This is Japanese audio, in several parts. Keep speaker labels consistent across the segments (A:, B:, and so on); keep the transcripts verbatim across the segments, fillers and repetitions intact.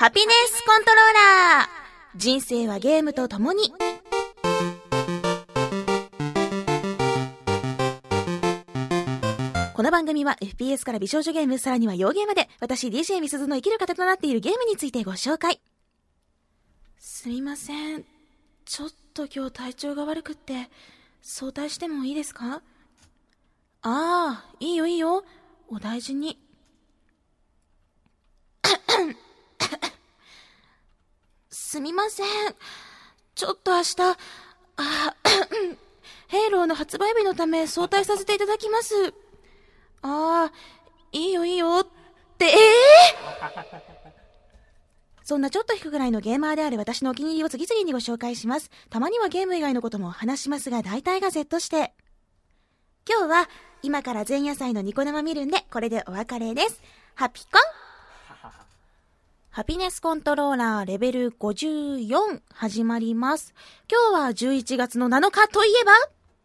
A: ハピネスコントローラー。人生はゲームとともに。この番組は エフピーエス から美少女ゲーム、さらには洋ゲーまで、私 ディージェー みすずの生きる糧となっているゲームについてご紹介。すみません、ちょっと今日体調が悪くって早退してもいいですか？ああ、いいよいいよ、お大事に。すみません、ちょっと明日、あヘイローの発売日のため早退させていただきます。ああ、いいよいいよって、ええー、そんなちょっと引くぐらいのゲーマーである私のお気に入りを次々にご紹介します。たまにはゲーム以外のことも話しますが、大体が Z して。今日は今から前夜祭のニコ生見るんで、これでお別れです。ハピコン。ハピネスコントローラーレベルごじゅうよん始まります。今日はじゅういちがつのなのかといえば、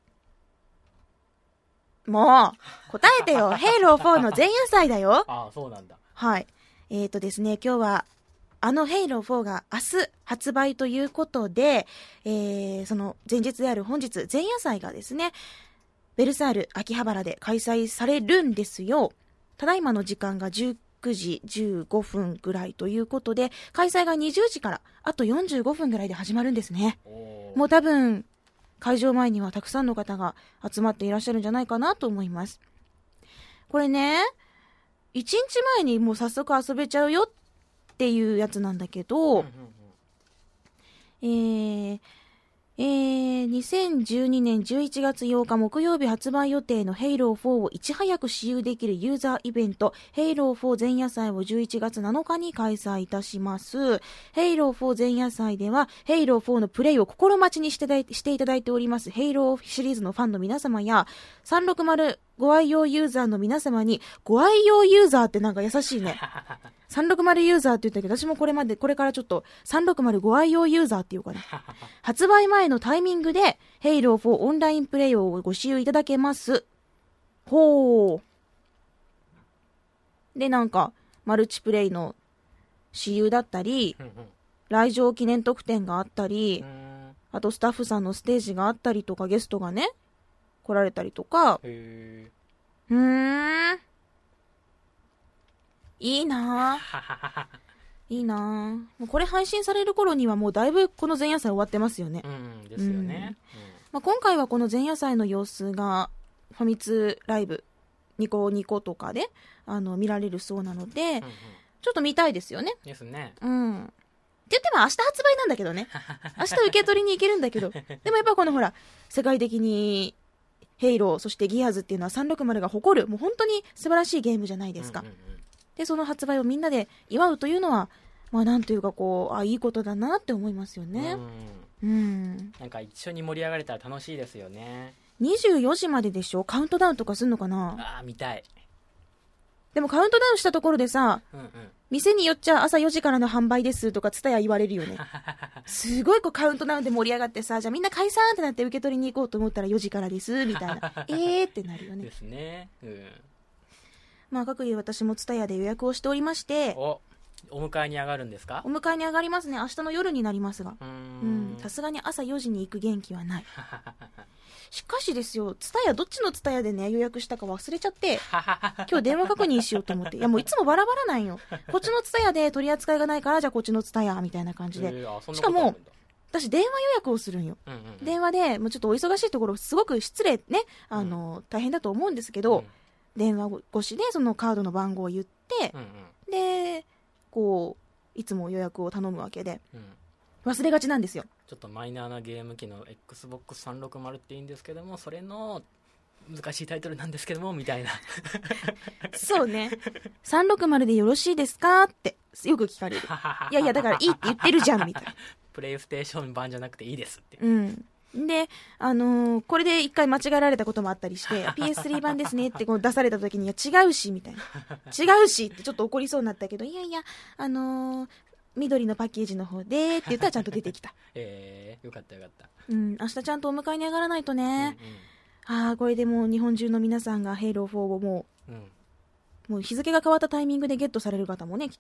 A: もう答えてよ。ヘイローフォーの前夜祭だよ。
B: ああ、そうなんだ。
A: はい。えーとですね、今日はあのヘイローフォーが明日発売ということで、えー、その前日である本日、前夜祭がですね、ベルサール秋葉原で開催されるんですよ。ただいまの時間がじゅうくじじゅうごふんぐらいということで、開催がにじゅうじからあとよんじゅうごふんぐらいで始まるんですね。もう多分会場前にはたくさんの方が集まっていらっしゃるんじゃないかなと思います。これね、いちにちまえにもう早速遊べちゃうよっていうやつなんだけど、えーえー、にせんじゅうにねんじゅういちがつようか木曜日発売予定のヘイローフォーをいち早く私有できるユーザーイベント、ヘイローフォー前夜祭をじゅういちがつなのかに開催いたします。ヘイローフォー前夜祭では、ヘイローフォーのプレイを心待ちにしてだいしていただいておりますヘイローシリーズのファンの皆様や、さんびゃくろくじゅうご愛用ユーザーの皆様に、ご愛用ユーザーってなんか優しいね。さんびゃくろくじゅうユーザーって言ったけど、私もこれまで、これからちょっとさんびゃくろくじゅうご愛用ユーザーっていうかね。発売前のタイミングで、ヘイローフォーオンラインプレイをご使用いただけます。ほー。で、なんか、マルチプレイの私有だったり、来場記念特典があったり、あとスタッフさんのステージがあったりとか、ゲストがね、来られたりとか。へー。うーん。いいなぁ。いいなぁ。もうこれ配信される頃にはもうだいぶこの前夜祭終わってますよね。
B: うんですよね。
A: うんまあ、今回はこの前夜祭の様子がファミ通ライブニコニコとかであの見られるそうなので、うんうん、ちょっと見たいですよね。
B: ですね。
A: うん。って言っても明日発売なんだけどね。明日受け取りに行けるんだけど、でもやっぱこのほら世界的にヘイローそしてギアーズっていうのはさんびゃくろくじゅうが誇るもう本当に素晴らしいゲームじゃないですか。うんうんうん、でその発売をみんなで祝うというのはまあなんというかこうあいいことだなって思いますよね。うん、うん、
B: なんか一緒に盛り上がれたら楽しいですよね。
A: にじゅうよじまででしょ。カウントダウンとかすんのかな。
B: ああ見たい。
A: でもカウントダウンしたところでさ、うんうん、店によっちゃ朝よじからの販売ですとかツタヤ言われるよね。すごいこうカウントダウンで盛り上がってさ、じゃあみんな解散ってなって受け取りに行こうと思ったらよじからですみたいなえーってなるよね。
B: ですね。うん、
A: まあ各位私もツタヤで予約をしておりまして。
B: おお迎えに上がるんですか？
A: お迎えに上がりますね。明日の夜になりますが、さすがに朝よじに行く元気はない。しかしですよ、ツタヤどっちのツタヤでね予約したか忘れちゃって今日電話確認しようと思っていやもういつもバラバラなんよ。こっちのツタヤで取り扱いがないからじゃあこっちのツタヤみたいな感じで、しかも私電話予約をするんよ、うんうんうん、電話でもうちょっとお忙しいところすごく失礼ね、あの、うん、大変だと思うんですけど、うん、電話越しでそのカードの番号を言って、うんうん、でこういつも予約を頼むわけで、うん、忘れがちなんですよ。
B: ちょっとマイナーなゲーム機の エックスボックスさんびゃくろくじゅう っていいんですけども、それの難しいタイトルなんですけどもみたいな
A: そうね、さんびゃくろくじゅうでよろしいですかってよく聞かれるいやいやだからいいって言ってるじゃんみたいな
B: プレイステーション版じゃなくていいですって、
A: うんで、あのー、これで一回間違えられたこともあったりしてピーエススリー 版ですねってこう出された時にいや違うしみたいな違うしってちょっと怒りそうになったけど、いやいやあのー、緑のパッケージの方でって言ったらちゃんと出てきた
B: えー、よかったよかった、
A: うん、明日ちゃんとお迎えに上がらないとね、うんうん、ああこれでもう日本中の皆さんがヘイローフォーをもう、うん、もう日付が変わったタイミングでゲットされる方もねきっと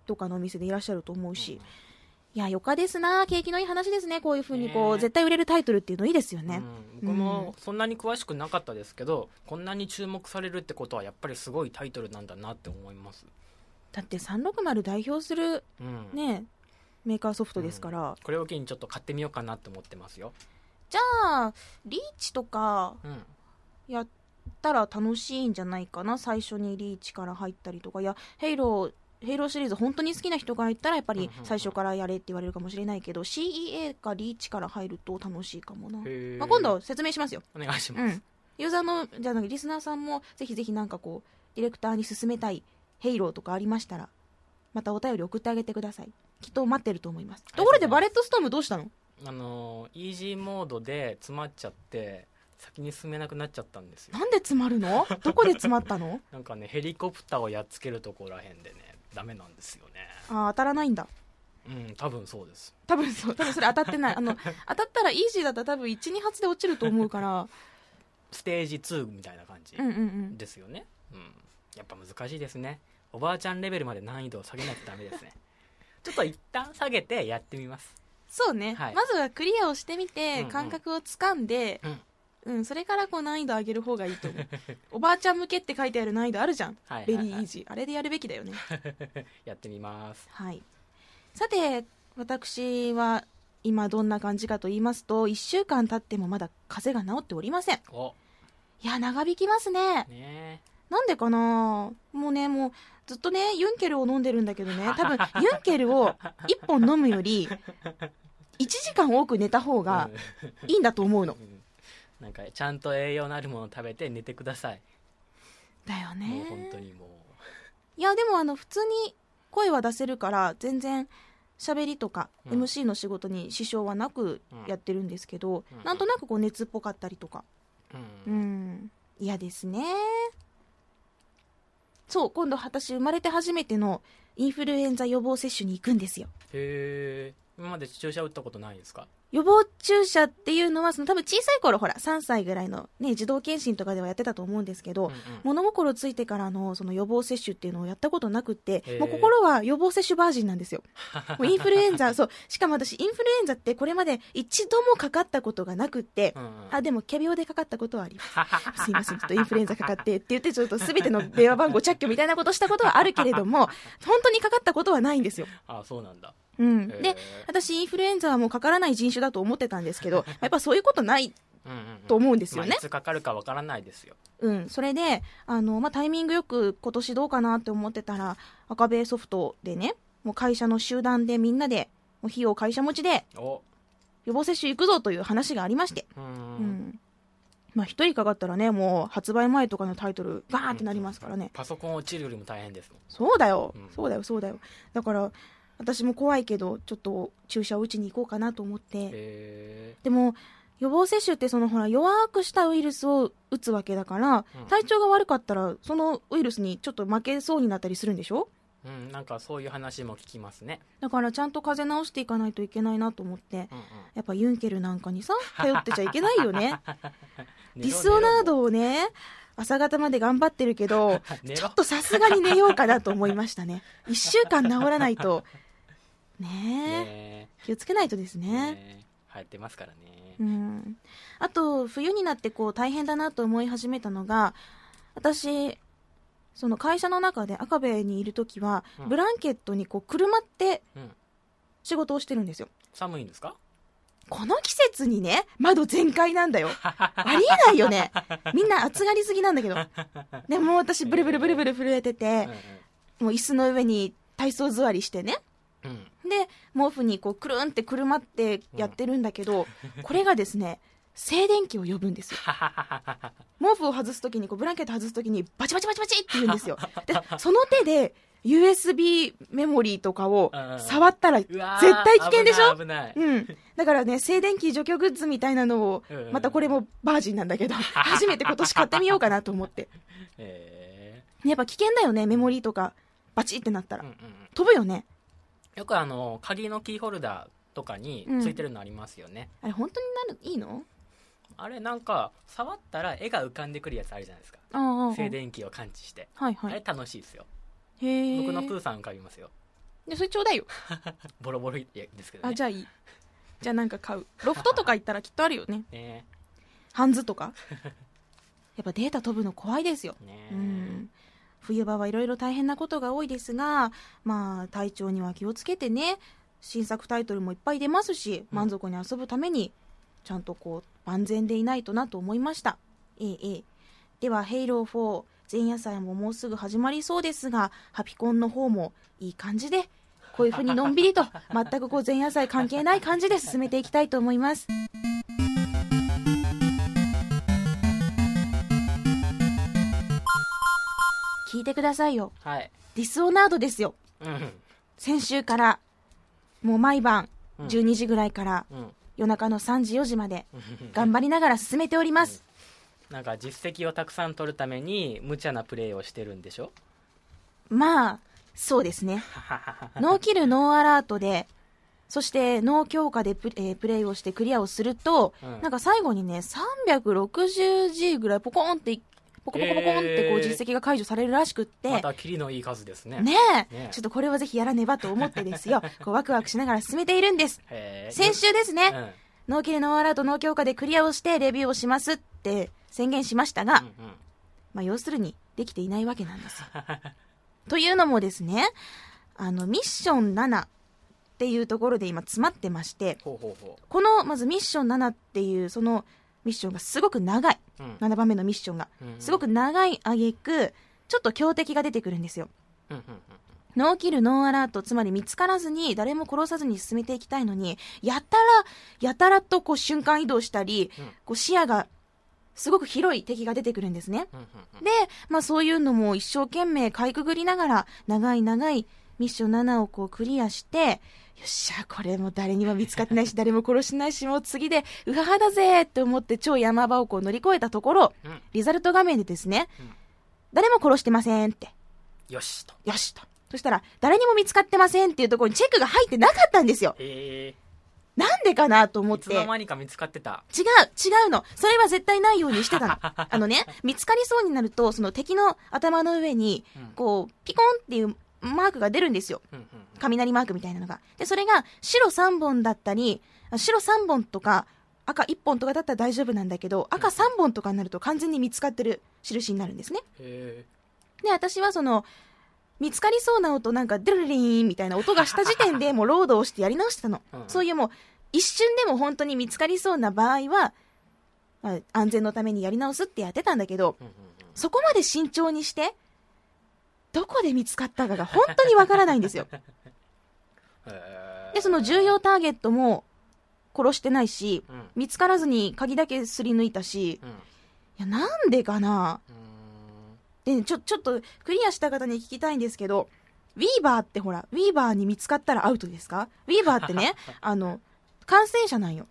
A: とかのお店でいらっしゃると思うし、うん、いやよかですな、景気のいい話ですね。こういう風にこう、ね、絶対売れるタイトルっていうのいいですよね、
B: うん、僕もそんなに詳しくなかったですけど、うん、こんなに注目されるってことはやっぱりすごいタイトルなんだなって思います。
A: だってさんろくまる代表する、うん、ねメーカーソフトですから、うん、
B: これを機にちょっと買ってみようかなって思ってますよ。
A: じゃあリーチとかやったら楽しいんじゃないかな、最初にリーチから入ったりとか。いやヘイローヘイローシリーズ本当に好きな人がいたらやっぱり最初からやれって言われるかもしれないけど、 シーイーエー かリーチから入ると楽しいかもな。まあ、今度説明しますよ。
B: お願いします、うん、
A: ユーザーのじゃなくてリスナーさんもぜひぜひなんかこうディレクターに勧めたいヘイローとかありましたらまたお便り送ってあげてください。きっと待ってると思います。ところでバレットストームどうしたの？
B: あのイージーモードで詰まっちゃって先に進めなくなっちゃったんですよ。
A: なんで詰まるの？どこで詰まったの？
B: なんかねヘリコプターをやっつけるところらへんでねダメなんですよね。
A: あ、当たらないんだ。
B: うん多分そうです。
A: 多分そう多分それ当たってないあの当たったらイージーだったら多分 いち,に 発で落ちると思うから
B: ステージツーみたいな感じですよね、うんうんうん、やっぱ難しいですね。おばあちゃんレベルまで難易度を下げないとダメですねちょっと一旦下げてやってみます。
A: そうね、はい、まずはクリアをしてみて、うんうん、感覚をつかんで、うんうん、それからこう難易度上げる方がいいと思うおばあちゃん向けって書いてある難易度あるじゃん、はいはいはい、ベリーイージー、あれでやるべきだよね
B: やってみます、
A: はい、さて私は今どんな感じかと言いますと、いっしゅうかん経ってもまだ風邪が治っておりません。おいや長引きます ね, ねなんでかな。もうねもうずっとねユンケルを飲んでるんだけどね、多分ユンケルをいっぽん飲むよりいちじかん多く寝た方がいいんだと思うの
B: なんかちゃんと栄養のあるものを食べて寝てください。
A: だよね。
B: もう本当にもう
A: いやでもあの普通に声は出せるから全然喋りとか エムシー の仕事に支障はなくやってるんですけど、うん、なんとなくこう熱っぽかったりとか、うん、うん、嫌ですね。そう今度私生まれて初めてのインフルエンザ予防接種に行くんですよ。
B: へー、今まで注射打ったことないですか？
A: 予防注射っていうのはその多分小さい頃ほらさんさいぐらいの、ね、児童検診とかではやってたと思うんですけど、うんうん、物心ついてからのその予防接種っていうのをやったことなくって、もう心は予防接種バージンなんですよもうインフルエンザそうしかも私インフルエンザってこれまで一度もかかったことがなくって、うんうん、あでも仮病でかかったことはありますすいませんちょっとインフルエンザかかってって言ってちょっと全ての電話番号着去みたいなことしたことはあるけれども本当にかかったことはないんですよ。
B: あそうなんだ。
A: うん、で私インフルエンザはもうかからない人種だと思ってたんですけどやっぱそういうことないと思うんですよね。
B: まあ、いつかかるかわからないですよ。
A: うん、それであの、まあ、タイミングよく今年どうかなって思ってたら赤ベイソフトでねもう会社の集団でみんなでもう費用会社持ちで予防接種行くぞという話がありまして、うんうんまあ、ひとりかかったらねもう発売前とかのタイトルバーンってなりますからね、うん、
B: パソコン落ちるよりも大変ですもん。
A: そうだよ、うん、そうだよそうだよ。だから私も怖いけどちょっと注射を打ちに行こうかなと思って。でも予防接種ってそのほら弱くしたウイルスを打つわけだから、うん、体調が悪かったらそのウイルスにちょっと負けそうになったりするんでしょ。
B: うん、なんかそういう話も聞きますね。
A: だからちゃんと風邪治していかないといけないなと思って、うんうん、やっぱユンケルなんかにさ頼ってちゃいけないよねディスオナードをね朝方まで頑張ってるけどちょっとさすがに寝ようかなと思いましたねいっしゅうかん治らないとねえ、ね気をつけないとですね。
B: ね流行ってますからね。
A: うん、あと冬になってこう大変だなと思い始めたのが私その会社の中で赤部にいるときは、うん、ブランケットにこうくるまって仕事をしてるんですよ、
B: うん、寒いんですか？
A: この季節にね窓全開なんだよありえないよねみんな暑がりすぎなんだけどでも私ブルブルブルブル震えてて、えー、もう椅子の上に体操座りしてね、うん、で毛布にこうくるんってくるまってやってるんだけど、うん、これがですね静電気を呼ぶんですよ毛布を外すときにこうブランケット外すときにバチバチバチバチって言うんですよでその手で ユーエスビー メモリーとかを触ったら絶対危険でしょ。
B: 危ない危ない、
A: うん、だからね静電気除去グッズみたいなのをまたこれもバージンなんだけど初めて今年買ってみようかなと思って、えー、やっぱ危険だよねメモリーとかバチってなったら、うんうん、飛ぶよね。
B: よくあの鍵のキーホルダーとかについてるのありますよね、
A: うん、あれ本当になるいいの？
B: あれなんか触ったら絵が浮かんでくるやつあるじゃないですか。静電気を感知して、はいはい、あれ楽しいですよ。へー、僕のプーさん浮かびますよ。
A: でそれちょうだいよ。
B: ボロボロですけどね。
A: あ、じゃあいい。じゃあなんか買う。ロフトとか行ったらきっとあるよね。
B: ね、
A: ハンズとか。やっぱデータ飛ぶの怖いですよ。
B: ね、
A: うん、冬場はいろいろ大変なことが多いですが、まあ体調には気をつけてね。新作タイトルもいっぱい出ますし、満足に遊ぶためにちゃんとこう万全でいないとなと思いました。ええええ、ではヘイローフォー前夜祭ももうすぐ始まりそうですが、ハピコンの方もいい感じでこういう風にのんびりと全くこう前夜祭関係ない感じで進めていきたいと思います。聞いてくださいよ、
B: はい、
A: ディスオナードですよ、うん、先週からもう毎晩じゅうにじぐらいから夜中のさんじよじまで頑張りながら進めております、
B: うん、なんか実績をたくさん取るために無茶なプレイをしてるんでしょ。
A: まあそうですね。ノーキルノーアラートで、そしてノー強化でプ、えー、プレイをしてクリアをすると、うん、なんか最後にね さんびゃくろくじゅうジー ぐらいポコンってポコポコポコンってこう実績が解除されるらしくって、
B: またキリのいい数ですね。
A: ねえ、ねえ、ちょっとこれはぜひやらねばと思ってですよこうワクワクしながら進めているんです。先週ですね、うん、ノーキルノーアラートノー強化でクリアをしてレビューをしますって宣言しましたが、うんうん、まあ、要するにできていないわけなんですよというのもですね、あのミッションななっていうところで今詰まってまして、
B: ほうほうほう、
A: このまずミッションななっていうそのミッションがすごく長い、うん、ななばんめのミッションが、うんうん、すごく長い挙句ちょっと強敵が出てくるんですよ、うんうんうん、ノーキルノーアラート、つまり見つからずに誰も殺さずに進めていきたいのに、やたらやたらとこう瞬間移動したり、うん、こう視野がすごく広い敵が出てくるんですね、うんうんうん、で、まあ、そういうのも一生懸命かいくぐりながら長い長いミッションななをこうクリアして、よっしゃこれも誰にも見つかってないし誰も殺しないしもう次でうははだぜって思って超山場をこう乗り越えたところ、うん、リザルト画面でですね、うん、誰も殺してませんって、
B: よしと
A: よしと、そしたら誰にも見つかってませんっていうところにチェックが入ってなかったんですよ。
B: へー、
A: なんでかなと思って。
B: いつの間にか見つかってた。
A: 違う違うの、それは絶対ないようにしてたのあのね、見つかりそうになるとその敵の頭の上にこうピコンっていうマークが出るんですよ、うんうんうん、雷マークみたいなのが。でそれが白さんぼんだったり、白さんぼんとか赤いっぽんとかだったら大丈夫なんだけど、赤さんぼんとかになると完全に見つかってる印になるんですね。
B: へ
A: ー。で私はその見つかりそうな音、なんかデルリーンみたいな音がした時点でもうロードをしてやり直してたの、うん、そういうもう一瞬でも本当に見つかりそうな場合は、まあ、安全のためにやり直すってやってたんだけど、うんうんうん、そこまで慎重にしてどこで見つかったかが本当にわからないんですよでその重要ターゲットも殺してないし、うん、見つからずに鍵だけすり抜いたし、うん、いやなんでかな。で、ね、ちょ、ちょっとクリアした方に聞きたいんですけど、ウィーバーってほらウィーバーに見つかったらアウトですか？ウィーバーってねあの感染者なんよ。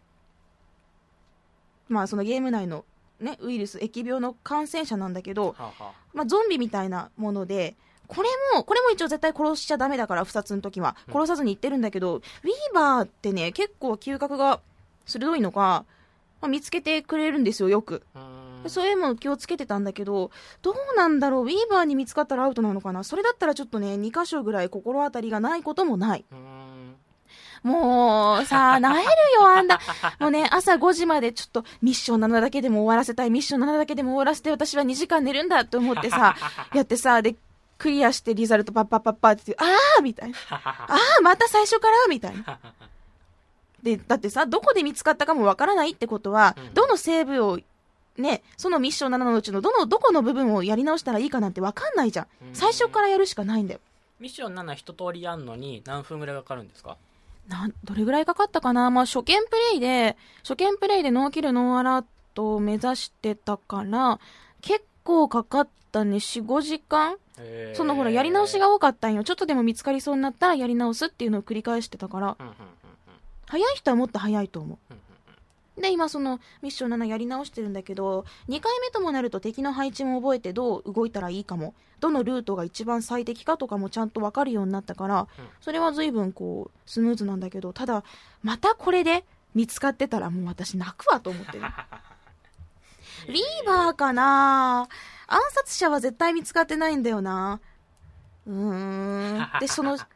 A: まあそのゲーム内のねウイルス疫病の感染者なんだけど、ははまあ、ゾンビみたいなもので、これもこれも一応絶対殺しちゃダメだから、不殺の時は殺さずに言ってるんだけど、うん、ウィーバーってね結構嗅覚が鋭いのか、まあ、見つけてくれるんですよよく。そういうのも気をつけてたんだけど、どうなんだろう、ウィーバーに見つかったらアウトなのかな。それだったらちょっとねに箇所ぐらい心当たりがないこともない。うーん、もうさあなえるよあんだもうね朝ごじまでちょっとミッションななだけでも終わらせたい、ミッションななだけでも終わらせて私はにじかん寝るんだと思ってさやってさ、でクリアしてリザルトパッパッパッパッってあーみたいなあーまた最初からみたいなで、だってさどこで見つかったかもわからないってことは、うん、どのセーブをね、そのミッションななのうちのどのどこの部分をやり直したらいいかなんて分かんないじゃん。最初からやるしかないんだよ。
B: ミッションなな一通りやんのに何分ぐらいかかるんですか？
A: なんどれぐらいかかったかな。まあ初見プレイで初見プレイでノーキルノーアラートを目指してたから結構かかったね。 よん、ごじかん。そのほらやり直しが多かったんよ。ちょっとでも見つかりそうになったらやり直すっていうのを繰り返してたから、うんうんうんうん、早い人はもっと早いと思う、うんうんで今そのミッションななやり直してるんだけど、にかいめともなると敵の配置も覚えてどう動いたらいいかも、どのルートが一番最適かとかもちゃんと分かるようになったから、うん、それは随分こうスムーズなんだけど、ただまたこれで見つかってたらもう私泣くわと思ってるリーバーかな。暗殺者は絶対見つかってないんだよな。うーんでその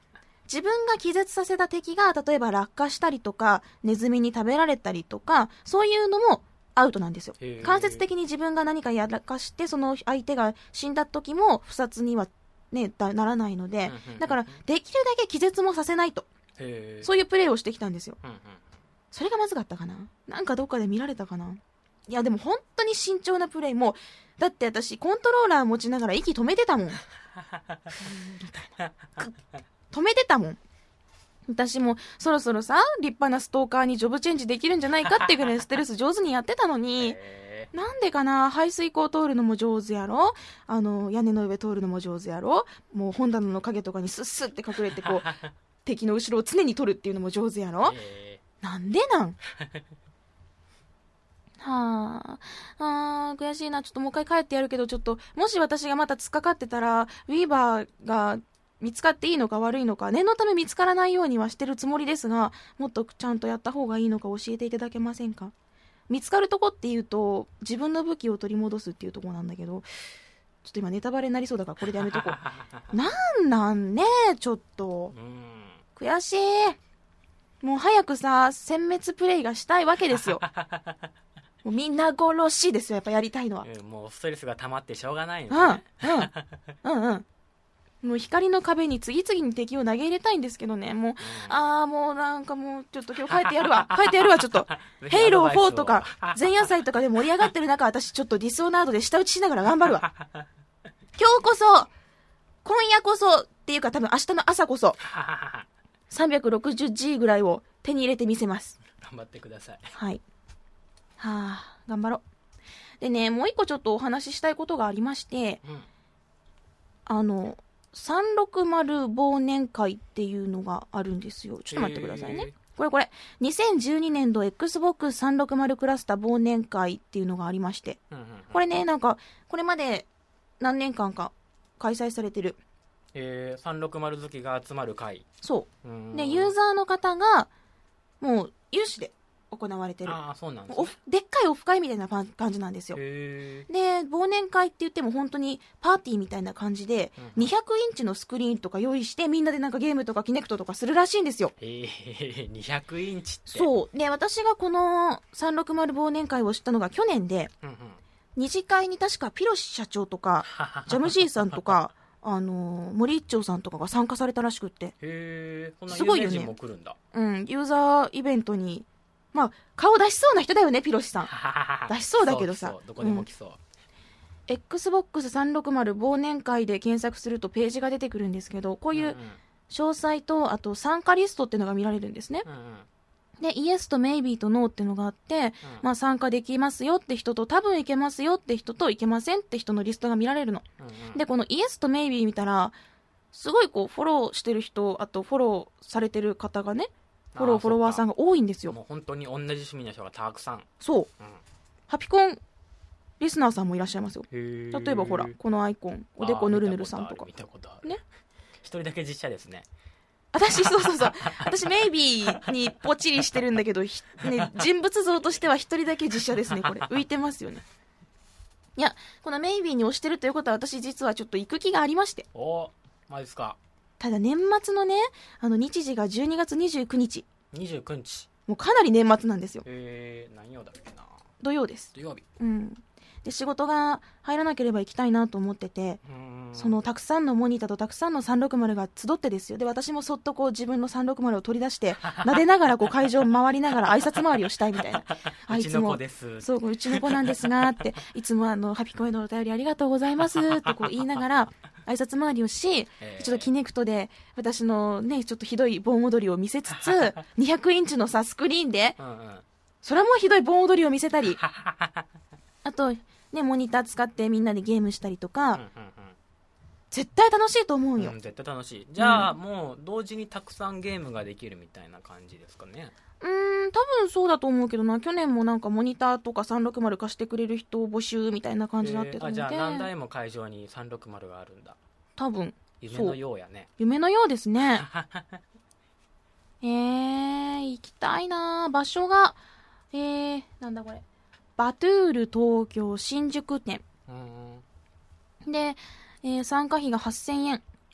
A: 自分が気絶させた敵が例えば落下したりとかネズミに食べられたりとかそういうのもアウトなんですよ。間接的に自分が何かやらかしてその相手が死んだ時も不殺には、ね、ならないので、だからできるだけ気絶もさせないと、そういうプレーをしてきたんですよ。それがまずかったかな。なんかどっかで見られたかな。いやでも本当に慎重なプレイも、だって私コントローラー持ちながら息止めてたもん止めてたもん。私もそろそろさ立派なストーカーにジョブチェンジできるんじゃないかってぐらいステルス上手にやってたのになんでかな。排水溝通るのも上手やろ、あの屋根の上通るのも上手やろ、もう本棚の影とかにスッスッって隠れてこう敵の後ろを常に取るっていうのも上手やろ。なんでなんはあ、あー悔しいな。ちょっともう一回帰ってやるけど、ちょっともし私がまた突っかかってたらウィーバーが見つかっていいのか悪いのか念のため見つからないようにはしてるつもりですが、もっとちゃんとやった方がいいのか教えていただけませんか。見つかるとこっていうと自分の武器を取り戻すっていうとこなんだけど、ちょっと今ネタバレになりそうだからこれでやめとこうなんなんねちょっと悔しい。もう早くさ殲滅プレイがしたいわけですよもうみんな殺しですよやっぱやりたいのは、
B: うん、もうストレスが溜まってしょうがないんですね。
A: うんうんうんうんもう光の壁に次々に敵を投げ入れたいんですけどね。もう、うん、ああもうなんかもうちょっと今日帰ってやるわ帰ってやるわちょっとヘイローフォーとか前夜祭とかで盛り上がってる中私ちょっとディスオナードで舌打ちしながら頑張るわ今日こそ今夜こそっていうか多分明日の朝こそさんびゃくろくじゅうジー ぐらいを手に入れてみせます。
B: 頑張ってください。
A: はいはあ頑張ろう。でねもう一個ちょっとお話ししたいことがありまして、うん、あのさんろくまる忘年会っていうのがあるんですよ。ちょっと待ってくださいね。これこれにせんじゅうにねんど エックスボックスさんろくまるクラスター忘年会っていうのがありまして、うんうんうん、これねなんかこれまで何年間か開催されてる、
B: えー、さんろくまる好きが集まる会。
A: そうでユーザーの方がもう有志で行われてる。
B: ああそうなんですね。
A: でっかいオフ会みたいな感じなんですよ。
B: へ
A: で忘年会って言っても本当にパーティーみたいな感じで、うん、にひゃくインチのスクリーンとか用意してみんなでなんかゲームとかキネクトとかするらしいんですよ。
B: へえにひゃくインチって。
A: そうで私がこのさんろくまる忘年会を知ったのが去年で、うんうん、二次会に確かピロシ社長とかジャムジーさんとかあのー、森一丁さんとかが参加されたらしくって。
B: へー、そんな有名人も来るんだ。
A: すごいよね。うんユーザーイベントにまあ、顔出しそうな人だよねピロシさん出しそうだけどさ
B: そうそうどこでも来そう、うん、
A: エックスボックスさんろくまる 忘年会で検索するとページが出てくるんですけどこういう詳細とあと参加リストっていうのが見られるんですね、うんうん、でイエスとメイビーとノーっていうのがあって、うんまあ、参加できますよって人と多分いけますよって人といけませんって人のリストが見られるの、うんうん、でこのイエスとメイビー見たらすごいこうフォローしてる人あとフォローされてる方がねフォローフォロワーさんが多いんですよ。
B: もう本当に同じ趣味の人がたくさん。
A: そう、うん、ハピコンリスナーさんもいらっしゃいますよ。例えばほらこのアイコンおでこぬるぬるさんとか
B: 見たことあるね。一人だけ実写ですね。
A: 私そうそうそう私メイビーにポチリしてるんだけど、ね、人物像としては一人だけ実写ですね。これ浮いてますよね。いやこのメイビーに推してるということは私実はちょっと行く気がありまして。
B: おマジですか。
A: ただ年末のねあの日時がじゅうにがつにじゅうくにち
B: にじゅうくにち
A: もうかなり年末なんですよ。
B: えー、何曜だっけな。
A: 土曜です。
B: 土曜日、
A: うん、で仕事が入らなければ行きたいなと思っててそのたくさんのモニターとたくさんのさんろくまるが集ってですよ。で私もそっとこう自分のさんろくまるを取り出して撫でながらこう会場を回りながら挨拶回りをしたいみたいな
B: あいつもうちの子です
A: そううちの子なんですがっていつもあのハピコへのお便りありがとうございますってこう言いながら挨拶回りをし、えー、ちょっとキネクトで私のねちょっとひどい盆踊りを見せつつにひゃくインチのさスクリーンで、うんうん、それもひどい盆踊りを見せたりあとねモニター使ってみんなでゲームしたりとか、うんうんうん、絶対楽しいと思うよ、
B: うん、絶対楽しい。じゃあ、うん、もう同時にたくさんゲームができるみたいな感じですかね。
A: うーん多分そうだと思うけどな。去年もなんかモニターとかさんろくまる貸してくれる人を募集みたいな感じになってたので、
B: えー、あじゃあ何台も会場にさんろくまるがあるんだ。
A: 多分
B: 夢のようやね。
A: 夢のようですねえー、行きたいな。場所がえー、なんだこれバトゥール東京新宿店うんで、えー、参加費がはっせんえん。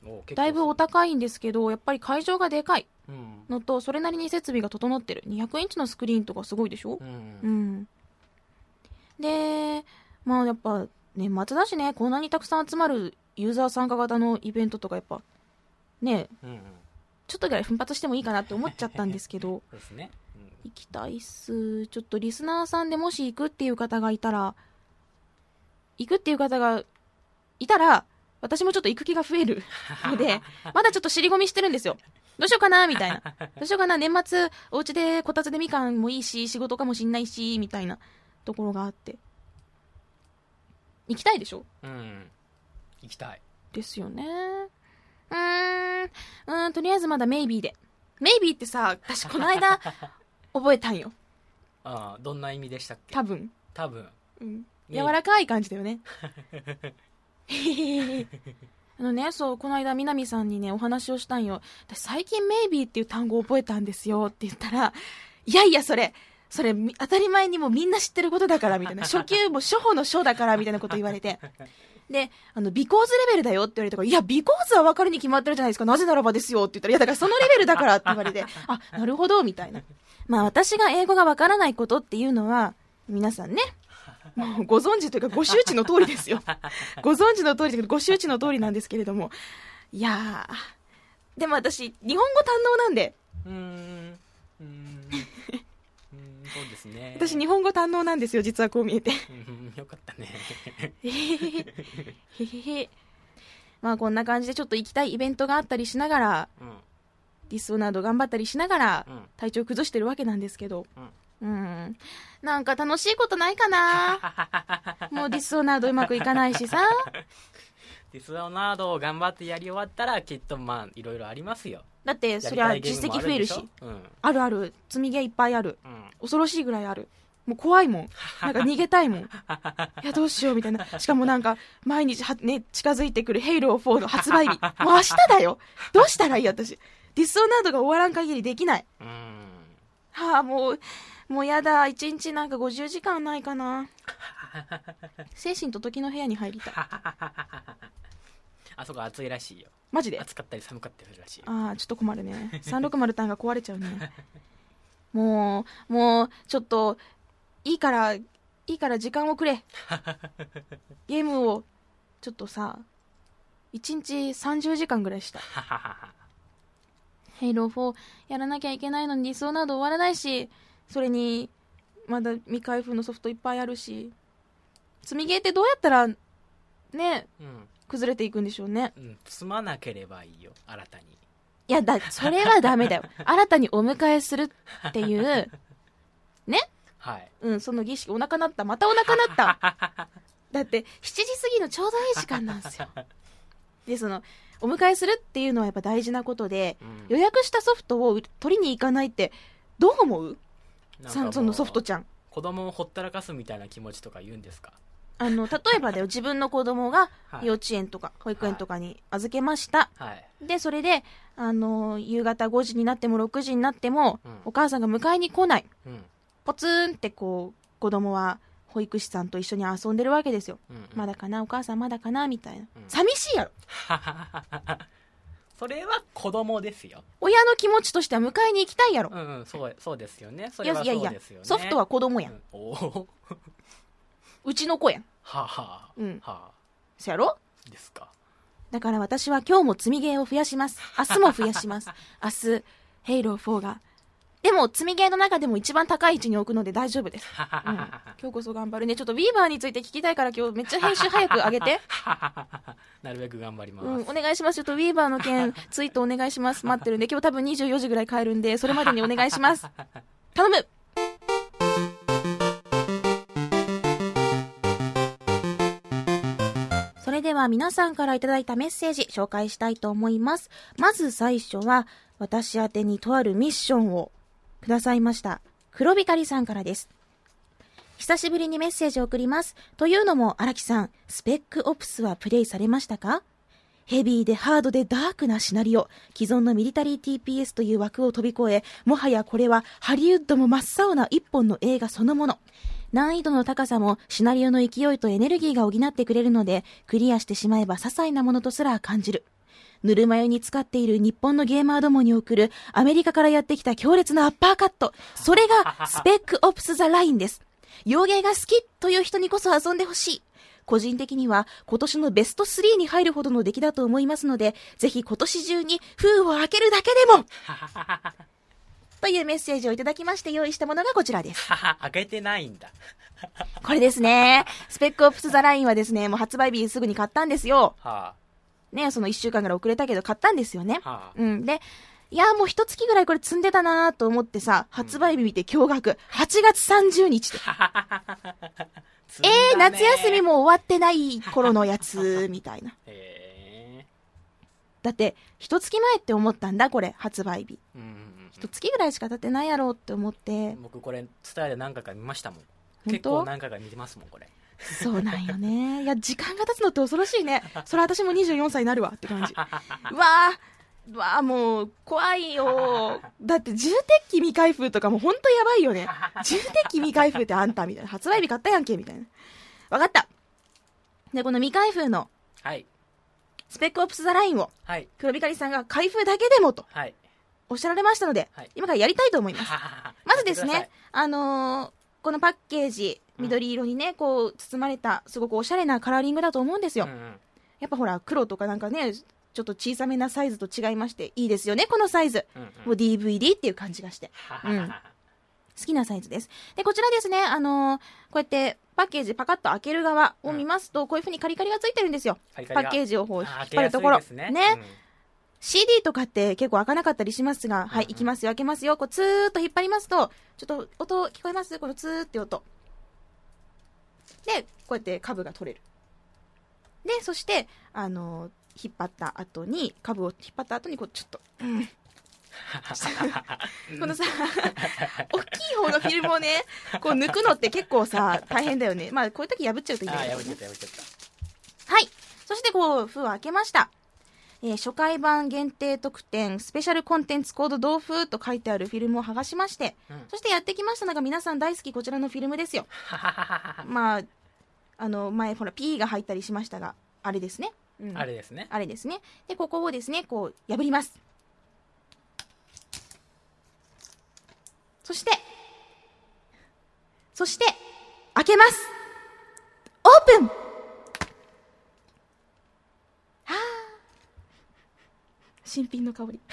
A: だいぶお高いんですけど、やっぱり会場がでかいのと、それなりに設備が整ってる。にひゃくインチのスクリーンとかすごいでしょ、うん、うん、で、まあやっぱ年末だしね、こんなにたくさん集まるユーザー参加型のイベントとかやっぱね、うんうん、ちょっとぐらい奮発してもいいかなって思っちゃったんですけど
B: そうですね、うん、
A: 行きたいっす。ちょっとリスナーさんでもし行くっていう方がいたら行くっていう方がいたら私もちょっと行く気が増えるのでまだちょっと尻込みしてるんですよ。どうしようかなみたいな、どうしようかな、年末お家でこたつでみかんもいいし仕事かもしんないしみたいなところがあって、行きたいでしょ。
B: うん、行きたい
A: ですよね。うーん、うーんとりあえずまだメイビーで。メイビーってさ、私この間覚えたんよ。
B: ああ、どんな意味でしたっけ。
A: 多分
B: 多分、
A: うん、柔らかい感じだよねあのね、そうこの間南さんにねお話をしたんよ。私最近メイビーっていう単語を覚えたんですよって言ったら、いやいやそれそれ当たり前にもみんな知ってることだからみたいな、初級も初歩の初だからみたいなこと言われて、で、あのビコーズレベルだよって言われたから、いやビコーズは分かるに決まってるじゃないですか、なぜならばですよって言ったら、いやだからそのレベルだからって言われてあ、なるほどみたいな。まあ私が英語が分からないことっていうのは皆さんねもうご存知というかご周知の通りですよご存知の通りでご周知の通りなんですけれども、いやーでも私日本語堪能なんで、
B: うーんうーんそうですね、
A: 私日本語堪能なんですよ、実はこう見えて
B: よかったね
A: へへへ。まあこんな感じでちょっと行きたいイベントがあったりしながら、うん、ディスオナード頑張ったりしながら、うん、体調崩してるわけなんですけど、うん、うん、なんか楽しいことないかなもうディスオナードうまくいかないしさ
B: ディスオナードを頑張ってやり終わったらきっとまあいろいろありますよ。
A: だってそりゃ実績増えるし、うん、あるある、積み毛いっぱいある、うん、恐ろしいぐらいある。もう怖いもん、なんか逃げたいもんいやどうしようみたいな。しかもなんか毎日は、ね、近づいてくるヘイローフォーの発売日もう明日だよ。どうしたらいい、私ディスオナードが終わらん限りできない。うん、はあ、もうもうやだ、いちにちなんかごじゅうじかんないかな精神と時の部屋に入りたい
B: あそこ暑いらしいよ。
A: マジで
B: 暑かったり寒かったりするらしいよ。
A: ああちょっと困るねさんびゃくろくじゅう単が壊れちゃうねもうもうちょっといいからいいから時間をくれゲームをちょっとさいちにちさんじゅうじかんぐらいしたいヘイローフォーやらなきゃいけないのにディスオナード終わらないし、それにまだ未開封のソフトいっぱいあるし、積みゲーってどうやったらね、うん、崩れていくんでしょうね、うん、
B: 積まなければいいよ新たに。
A: いやだそれはダメだよ新たにお迎えするっていうね、はい、うん、その儀式。お腹鳴った、またお腹鳴っただってしちじ過ぎのちょうどいい時間なんですよでそのお迎えするっていうのはやっぱ大事なことで、うん、予約したソフトを取りに行かないってどう思う？さそのソフトちゃん、
B: 子供をほったらかすみたいな気持ちとか言うんですか？
A: あの例えばだよ自分の子供が幼稚園とか保育園とかに預けました、はい、でそれであの夕方ごじになってもろくじになっても、うん、お母さんが迎えに来ない、うん、ポツンってこう子供は保育士さんと一緒に遊んでるわけですよ、うんうん、まだかなお母さんまだかなみたいな、うん、寂しいやろ
B: それは子供ですよ。
A: 親の気持ちとしては迎えに行きたいやろ。
B: うんうん、そう、そうですよね。それはそうですよね。いやいやいや
A: ソフトは子供やん、うん、おうちの子やん。
B: はあ、はあ、うん、はあ、
A: そやろ
B: ですか。
A: だから私は今日も積みゲーを増やします。明日も増やします明日ヘイローフォーがでも積みゲーの中でも一番高い位置に置くので大丈夫です、うん、今日こそ頑張るね。ちょっとウィーバーについて聞きたいから今日めっちゃ編集早く上げて
B: なるべく頑張ります、
A: うん、お願いします。ちょっとウィーバーの件ツイートお願いします。待ってるんで今日多分にじゅうよじぐらい帰るんでそれまでにお願いします頼む。それでは皆さんからいただいたメッセージ紹介したいと思います。まず最初は私宛てにとあるミッションをくださいました黒光さんからです。久しぶりにメッセージを送ります。というのも荒木さん、スペックオプスはプレイされましたか？ヘビーでハードでダークなシナリオ、既存のミリタリー ティーピーエス という枠を飛び越え、もはやこれはハリウッドも真っ青な一本の映画そのもの。難易度の高さもシナリオの勢いとエネルギーが補ってくれるので、クリアしてしまえば些細なものとすら感じる。 ぬるま湯に浸かっている日本のゲーマーどもに送るアメリカからやってきた強烈なアッパーカット。それがスペックオプスザラインです。洋芸が好きという人にこそ遊んでほしい。個人的には今年のベストスリーに入るほどの出来だと思いますので、ぜひ今年中に封を開けるだけでもというメッセージをいただきまして用意したものがこちらです。
B: 開けてないんだ
A: これですね。スペックオプスザラインはですね、もう発売日すぐに買ったんですよ。
B: はあ、
A: ね、そのいっしゅうかんぐらい遅れたけど買ったんですよね。
B: はあ、
A: うん。で、いやもう一月ぐらいこれ積んでたなと思ってさ、発売日見て驚愕。はちがつさんじゅうにちで。えー、夏休みも終わってない頃のやつみたいな。
B: へ
A: ー。だって一月前って思ったんだこれ発売日。
B: うんうんうん、
A: 一月ぐらいしか経ってないやろうって思って。
B: 僕これ伝えで何回か見ましたもん。
A: 結
B: 構何回か見てますもんこれ。
A: そうなんよね。いや時間が経つのって恐ろしいね。それ私もにじゅうよんさいになるわって感じ。うわーうわーもう怖いよ。だって重鉄器未開封とかも本当やばいよね。重鉄器未開封ってあんたみたいな。発売日買ったやんけみたいな。わかった。でこの未開封のスペックオプスザラインを黒光さんが開封だけでもとおっしゃられましたので、はい、今からやりたいと思います。まずですね、あのー、このパッケージ緑色にねこう包まれたすごくおしゃれなカラーリングだと思うんですよ。うんうん、やっぱほら黒とかなんかねちょっと小さめなサイズと違いましていいですよねこのサイズ、うんうん、もう ディーブイディー っていう感じがして、うん、好きなサイズです。でこちらですね、あのー、こうやってパッケージパカッと開ける側を見ますと、うん、こういう風にカリカリがついてるんですよ。カリカリパッケージをこう引っ張るところね、ね、うん、シーディー とかって結構開かなかったりしますが、うんうん、はい、いきますよ開けますよ。こうツーッと引っ張りますとちょっと音聞こえます？このツーって音でこうやって株が取れる。でそしてあのー引っ張った後に株を引っ張った後にこうちょっと、うん、このさ大きい方のフィルムをねこう抜くのって結構さ大変だよね。まあこういう時破っちゃうといいんだけど、ね、
B: あ破っちゃった破っちゃった。
A: はい、そしてこう封を開けました。えー、初回版限定特典スペシャルコンテンツコード同封と書いてあるフィルムを剥がしまして、うん、そしてやってきましたのが皆さん大好きこちらのフィルムですよ。まああの前ほら P が入ったりしましたがあれですね。うん、
B: あれですね。
A: あれですね。で、ここをですね、こう、破ります。そして、そして、開けます。オープンはぁ。新品の香り。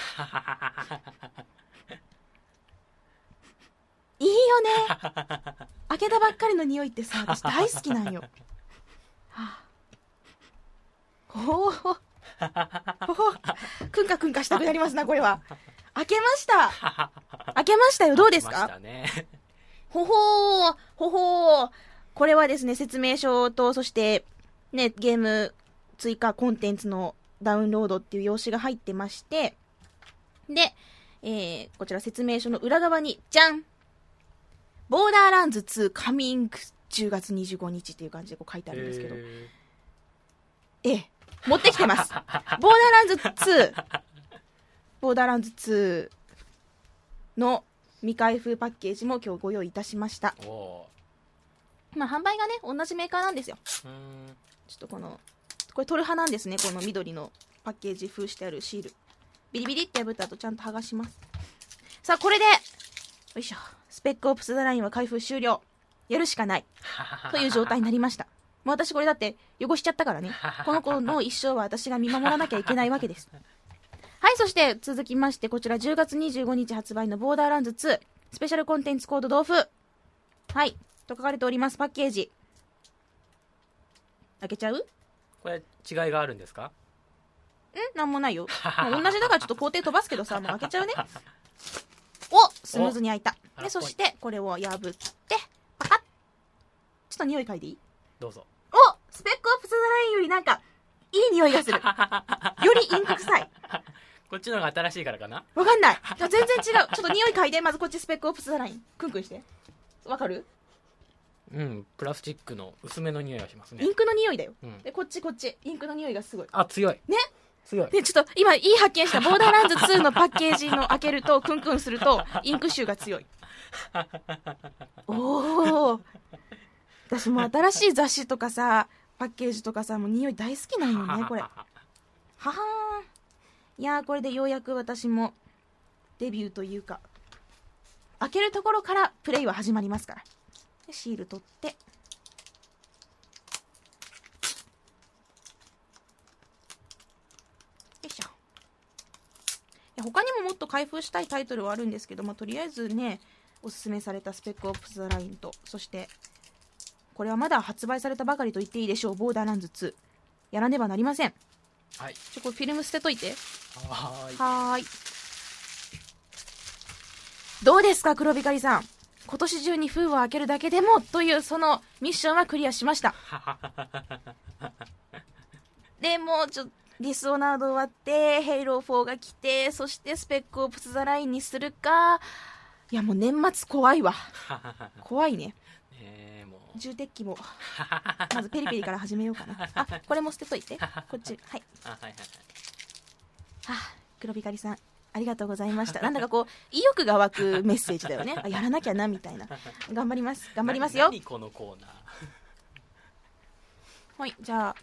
A: いいよね。開けたばっかりの匂いってさ、私大好きなんよ。はぁ。ほほほほくんかくんかしたくなりますなこれは。開けました開けましたよ。どうですか？
B: 開けましたね。
A: ほほーほほー。これはですね説明書とそしてねゲーム追加コンテンツのダウンロードっていう用紙が入ってまして、で、えー、こちら説明書の裏側にじゃんボーダーランズツーカミングじゅうがつにじゅうごにちっていう感じでこう書いてあるんですけど、ええ持ってきてます。ボーダーランズツーボーダーランズツーの未開封パッケージも今日ご用意いたしました。まあ販売がね同じメーカーなんですよ。ちょっとこのこれ取る派なんですね。この緑のパッケージ封してあるシールビリビリって破った後ちゃんと剥がします。さあこれでよいしょスペックオプスザラインは開封終了。やるしかないという状態になりました。もう私これだって汚しちゃったからね。この子の一生は私が見守らなきゃいけないわけです。はい、そして続きましてこちらじゅうがつにじゅうごにち発売のボーダーランズツースペシャルコンテンツコード同封はいと書かれております。パッケージ開けちゃう？
B: これ違いがあるんですか？
A: んなんもないよ。もう同じだからちょっと工程飛ばすけどさもう開けちゃうね。おスムーズに開いた。でそしてこれを破ってパカッちょっと匂い嗅いでいい？
B: どうぞ。
A: おスペックオプスザラインよりなんかいい匂いがする。よりインク臭い。
B: こっちの方が新しいからかな。
A: わかんない。全然違う。ちょっと匂い嗅いで。まずこっちスペックオプスザラインクンクンしてわかる？
B: うんプラスチックの薄めの匂いがしますね。
A: インクの匂いだよ、
B: うん、
A: でこっちこっちインクの匂いがすごい。
B: あ強い
A: ね
B: 強い。
A: でちょっと今いい発見した。ボーダーランズツーのパッケージの開けるとクンクンするとインク臭が強い。おお私も新しい雑誌とかさパッケージとかさもう匂い大好きなんよねこれ。ははーんいやー、これでようやく私もデビューというか、開けるところからプレイは始まりますから。でシール取って、よいしょ。いや他にももっと開封したいタイトルはあるんですけど、まあ、とりあえずね、おすすめされたスペックオプスザラインと、そしてこれはまだ発売されたばかりと言っていいでしょう、ボーダーランズツーやらねばなりません。
B: はい、
A: ちょこれフィルム捨てといて。
B: はーい。
A: はーい。どうですか黒光りさん、今年中に封を開けるだけでもというそのミッションはクリアしました。でもうちょっとディスオナード終わってヘイローフォーが来て、そしてスペックオプスザラインにするか。いやもう年末怖いわ。怖いね。
B: えー、もう
A: 重鉄器もまずペリペリから始めようかな。あ、これも捨てといて。こっち、はい。
B: あ、はいはいはい。
A: はあ、黒光りさんありがとうございました。なんだかこう意欲が湧くメッセージだよね。あ、やらなきゃなみたいな。頑張ります頑張りますよ。
B: 何このコーナー。
A: はい、じゃあ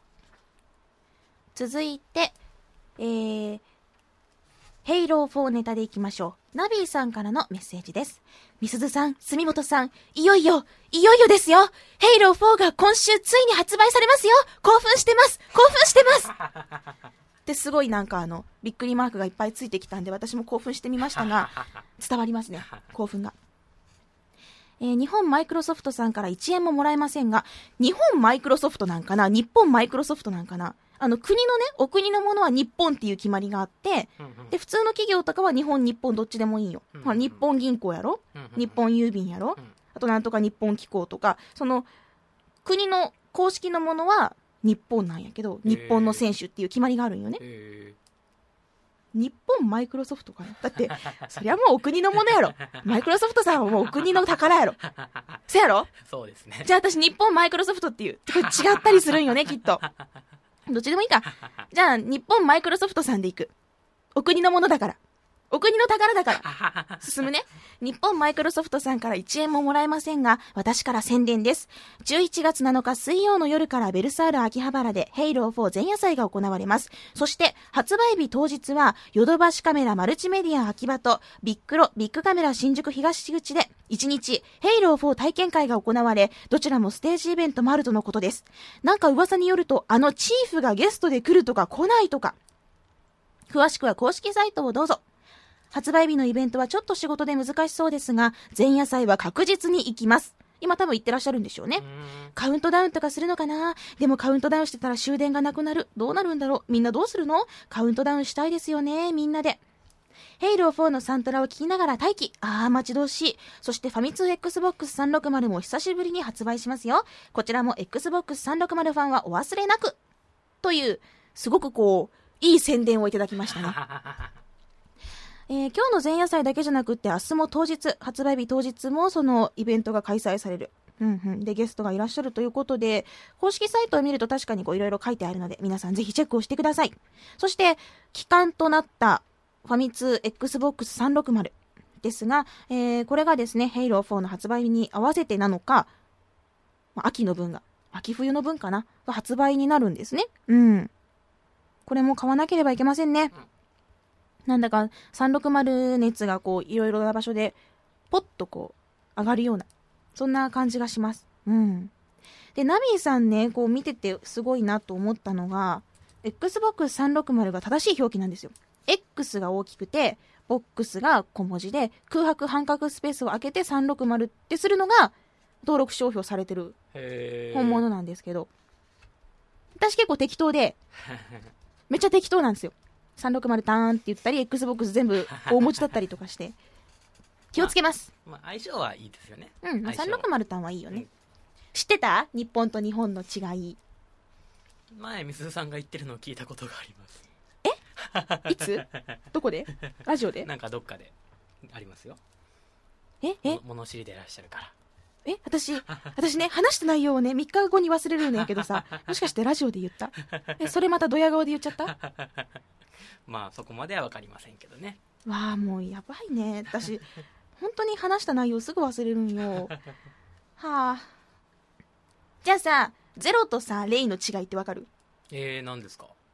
A: 続いて、えー、ヘイローフォーネタでいきましょう。ナビーさんからのメッセージです。みすずさん、住本さん、いよいよいよいよですよ。ヘイローフォーが今週ついに発売されますよ。興奮してます興奮してますってすごいなんかあのびっくりマークがいっぱいついてきたんで、私も興奮してみましたが伝わりますね、興奮が。えー、日本マイクロソフトさんからいちえんももらえませんが、日本マイクロソフトなんかな、日本マイクロソフトなんかな、あの国のね、お国のものは日本っていう決まりがあって、で普通の企業とかは日本日本どっちでもいいよ。まあ、日本銀行やろ、日本郵便やろ、あとなんとか日本機構とか、その国の公式のものは日本なんやけど、日本の選手っていう決まりがあるんよね。日本マイクロソフトかな。だってそりゃもうお国のものやろ。マイクロソフトさんはもうお国の宝やろ。そやろ。
B: そうですね。
A: じゃあ私日本マイクロソフトっていう、これ違ったりするんよねきっと。どっちでもいいか。じゃあ日本マイクロソフトさんでいく。お国のものだから、お国の宝だから進むね。日本マイクロソフトさんからいちえんももらえませんが、私から宣伝です。じゅういちがつなのか水曜の夜からベルサール秋葉原でヘイローフォー前夜祭が行われます。そして発売日当日はヨドバシカメラマルチメディア秋葉とビックロビッグカメラ新宿東口でいちにちヘイローフォー体験会が行われ、どちらもステージイベントもあるとのことです。なんか噂によるとあのチーフがゲストで来るとか来ないとか、詳しくは公式サイトをどうぞ。発売日のイベントはちょっと仕事で難しそうですが、前夜祭は確実に行きます。今多分行ってらっしゃるんでしょうね。カウントダウンとかするのかな。でもカウントダウンしてたら終電がなくなる。どうなるんだろう。みんなどうするの。カウントダウンしたいですよね、みんなで。ヘイローフォーのサントラを聞きながら待機。あー待ち遠しい。そしてファミ通 Xbox さんびゃくろくじゅうも久しぶりに発売しますよ。こちらも Xbox さんびゃくろくじゅうファンはお忘れなく。という、すごくこう、いい宣伝をいただきましたね。えー、今日の前夜祭だけじゃなくって明日も当日、発売日当日もそのイベントが開催される。うんうん、でゲストがいらっしゃるということで、公式サイトを見ると確かにこういろいろ書いてあるので、皆さんぜひチェックをしてください。そして期間となったファミ通 エックスボックスさんびゃくろくじゅうですが、えー、これがですねヘイローフォーの発売に合わせてなのか、まあ、秋の分が秋冬の分かなが発売になるんですね。うん、これも買わなければいけませんね。なんだかさんびゃくろくじゅう熱がこういろいろな場所でポッとこう上がるような、そんな感じがします。うん。でナビーさんね、こう見ててすごいなと思ったのが エックスボックスさんびゃくろくじゅう が正しい表記なんですよ。 X が大きくてボックスが小文字で空白半角スペースを空けてさんびゃくろくじゅうってするのが登録商標されてる本物なんですけど、私結構適当でめっちゃ適当なんですよ。さんびゃくろくじゅうターンって言ったり Xbox 全部大文字だったりとかして気をつけます。
B: まあ、まあ、相性はいいですよね。
A: うん、まあ、さんびゃくろくじゅうターンはいいよね、うん、知ってた？日本と日本の違い。
B: 前みすずさんが言ってるのを聞いたことがあります。
A: えいつどこで？ラジオで？
B: なんかどっかでありますよ。
A: ええ
B: 物知りでいらっしゃるから。
A: え私私ね話した内容をねみっかごに忘れるんやけどさ、もしかしてラジオで言った？えそれまたドヤ顔で言っちゃった？
B: まあそこまでは分かりませんけどね。
A: わあもうやばいね、私本当に話した内容すぐ忘れるんよ。はあ。じゃあさゼロとさレイの違いって分かる？
B: えー、何ですか？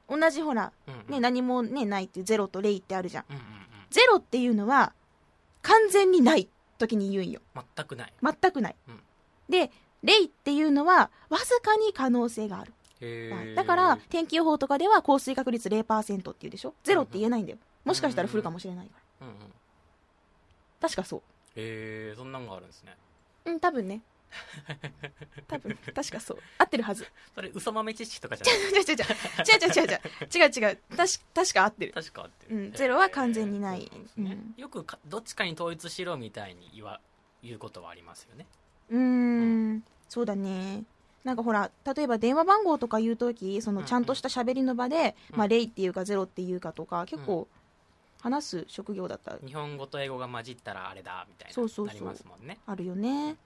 A: 同じほら、
B: うんうん
A: ね、何もねないっていうゼロとレイってあるじゃん。
B: うんうんうん、
A: ゼロっていうのは完全にない時に言うんよ。
B: 全くない。
A: 全くない、
B: うん、
A: でレイっていうのはわずかに可能性がある。
B: へー、
A: だから天気予報とかでは降水確率 ゼロパーセント って言うでしょ。ゼロって言えないんだよ。もしかしたら降るかもしれないから、
B: うんうん、
A: 確かそう。
B: へえ、そんなんがあるんですね。
A: うん多分ね多分確かそう合ってるはず。
B: それ嘘豆知識とかじゃない
A: 違う違う違う違う違う違う違う違う確確か合ってる。
B: 確か合ってる、
A: うん、ゼロは完全にない、
B: えーね、
A: うん、
B: よくかどっちかに統一しろみたいに言わ言うことはありますよね。
A: うーん、うん、そうだね。なんかほら例えば電話番号とか言うとき、そのちゃんとした喋りの場で、うん、まあ、レイっていうかゼロっていうかとか結構話す職業だった。
B: 日本語と英語が混じったらあれだみたいな、
A: そうそうそう、
B: なりますもんね。
A: あるよね。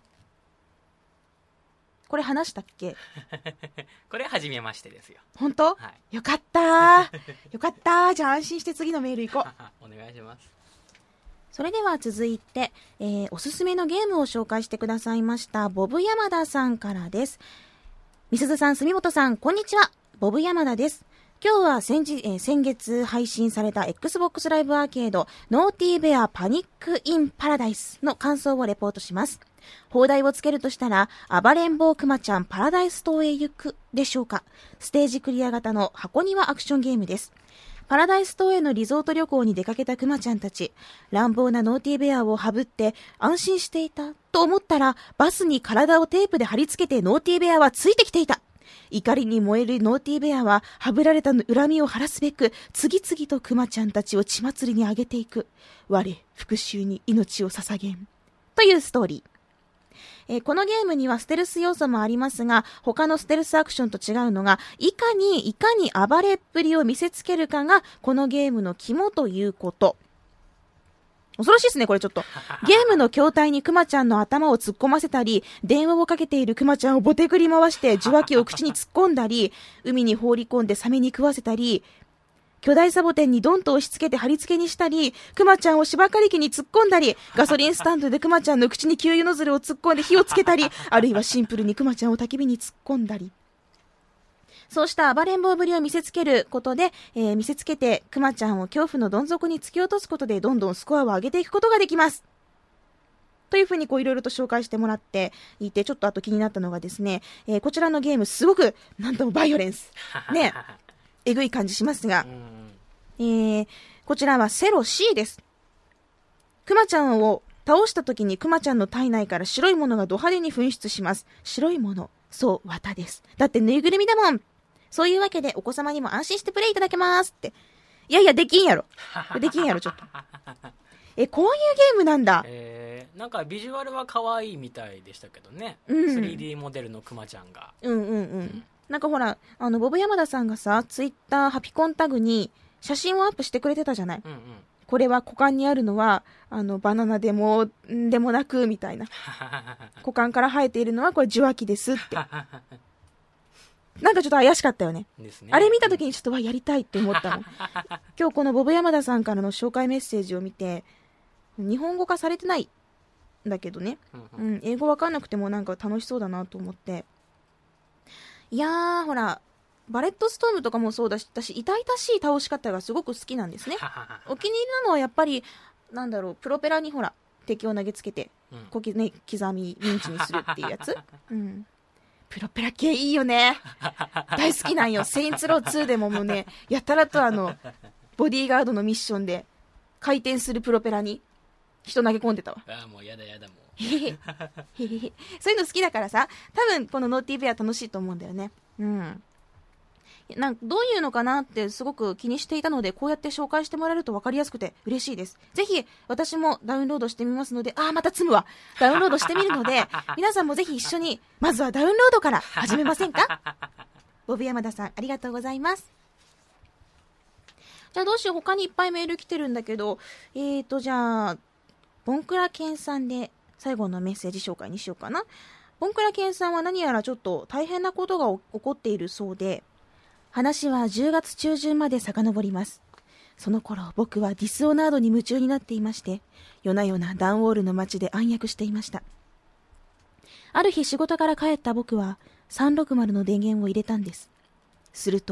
A: これ話したっけ
B: これ初めましてですよ。
A: 本当、
B: はい、
A: よかったよかったじゃあ安心して次のメール行こ
B: うお願いします。
A: それでは続いて、えー、おすすめのゲームを紹介してくださいましたボブ山田さんからです。みすずさん、住本さん、こんにちは。ボブ山田です。今日は先日、えー、先月配信された Xbox ライブアーケードノーティーベアパニックインパラダイスの感想をレポートします。放題をつけるとしたら暴れん坊くまちゃんパラダイス島へ行くでしょうか。ステージクリア型の箱庭アクションゲームです。パラダイス島へのリゾート旅行に出かけたくまちゃんたち、乱暴なノーティーベアをはぶって安心していたと思ったら、バスに体をテープで貼り付けてノーティーベアはついてきていた。怒りに燃えるノーティーベアははぶられた恨みを晴らすべく次々とクマちゃんたちを血祭りにあげていく。我復讐に命を捧げんというストーリー。えー、このゲームにはステルス要素もありますが、他のステルスアクションと違うのが、いかにいかに暴れっぷりを見せつけるかがこのゲームの肝ということ。恐ろしいですね、これちょっと。ゲームの筐体にクマちゃんの頭を突っ込ませたり、電話をかけているクマちゃんをボテくり回して受話器を口に突っ込んだり、海に放り込んでサメに食わせたり、巨大サボテンにドンと押し付けて貼り付けにしたり、クマちゃんを芝刈り機に突っ込んだり、ガソリンスタンドでクマちゃんの口に給油ノズルを突っ込んで火をつけたり、あるいはシンプルにクマちゃんを焚き火に突っ込んだり。そうした暴れん坊ぶりを見せつけることで、えー、見せつけてクマちゃんを恐怖のどん底に突き落とすことでどんどんスコアを上げていくことができます。というふうにこういろいろと紹介してもらっていて、ちょっとあと気になったのがですね、えー、こちらのゲームすごくなんともバイオレンス。ね。えぐい感じしますが、えー、こちらはセロ シー です。クマちゃんを倒した時にクマちゃんの体内から白いものがド派手に噴出します。白いもの、そう綿です。だってぬいぐるみだもん。そういうわけでお子様にも安心してプレイいただけますって。いやいやできんやろできんやろちょっとえこういうゲームなんだ。
B: えー、なんかビジュアルは可愛いみたいでしたけどね、
A: うん、
B: スリーディー モデルのクマちゃんが
A: うんうんうん、うん、なんかほらあのボブ山田さんがさツイッターハピコンタグに写真をアップしてくれてたじゃない、
B: うんうん、
A: これは股間にあるのはあのバナナでもんでもなくみたいな股間から生えているのはこれ受話器ですってなんかちょっと怪しかったよ ね, ですね。あれ見た時にちょっとはやりたいって思ったもん今日このボブ山田さんからの紹介メッセージを見て、日本語化されてないんだけどね、うんうん、英語わかんなくてもなんか楽しそうだなと思って。いやーほらバレットストームとかもそうだし、私痛々しい倒し方がすごく好きなんですねお気に入りなのはやっぱりなんだろう、プロペラにほら敵を投げつけて、うん、小刻み刻みミンチにするっていうやつ、うん、プロペラ系いいよね大好きなんよ。セインツローツーでももうねやたらとあのボディーガードのミッションで回転するプロペラに人投げ込んでたわ。
B: ああもうやだやだもう
A: そういうの好きだからさ、多分このノーティーベア楽しいと思うんだよね。うんなんかどういうのかなってすごく気にしていたので、こうやって紹介してもらえると分かりやすくて嬉しいです。ぜひ私もダウンロードしてみますので、あーまた積むわダウンロードしてみるので皆さんもぜひ一緒にまずはダウンロードから始めませんかボブ山田さんありがとうございます。じゃあどうしよう、他にいっぱいメール来てるんだけど、えーとじゃあボンクラケンさんで最後のメッセージ紹介にしようかな。ボンクラケンさんは何やらちょっと大変なことが起こっているそうで、話はじゅうがつちゅうじゅんまで遡ります。その頃僕はディスオナードに夢中になっていまして、夜な夜なダンウォールの街で暗躍していました。ある日仕事から帰った僕はさんびゃくろくじゅうの電源を入れたんです。すると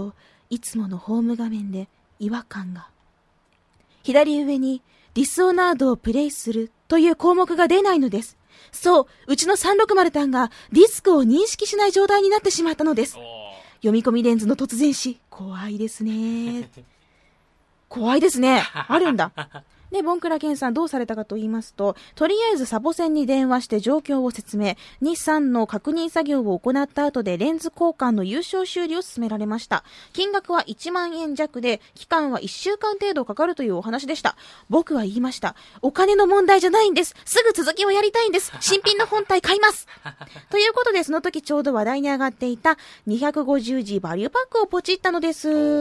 A: いつものホーム画面で違和感が。左上にディスオナードをプレイするという項目が出ないのです。そう、うちのさんろくまる単がディスクを認識しない状態になってしまったのです。読み込みレンズの突然死、怖いですね。怖いですね。あるんだ。で、ボンクラケンさんどうされたかと言いますと、とりあえずサボセンに電話して状況を説明、に、さんの確認作業を行った後でレンズ交換の有償修理を進められました。金額はいちまんえん弱で、期間はいっしゅうかん程度かかるというお話でした。僕は言いました。お金の問題じゃないんです。すぐ続きをやりたいんです。新品の本体買います。ということで、その時ちょうど話題に上がっていた にひゃくごじゅうジー バリューパックをポチったのです。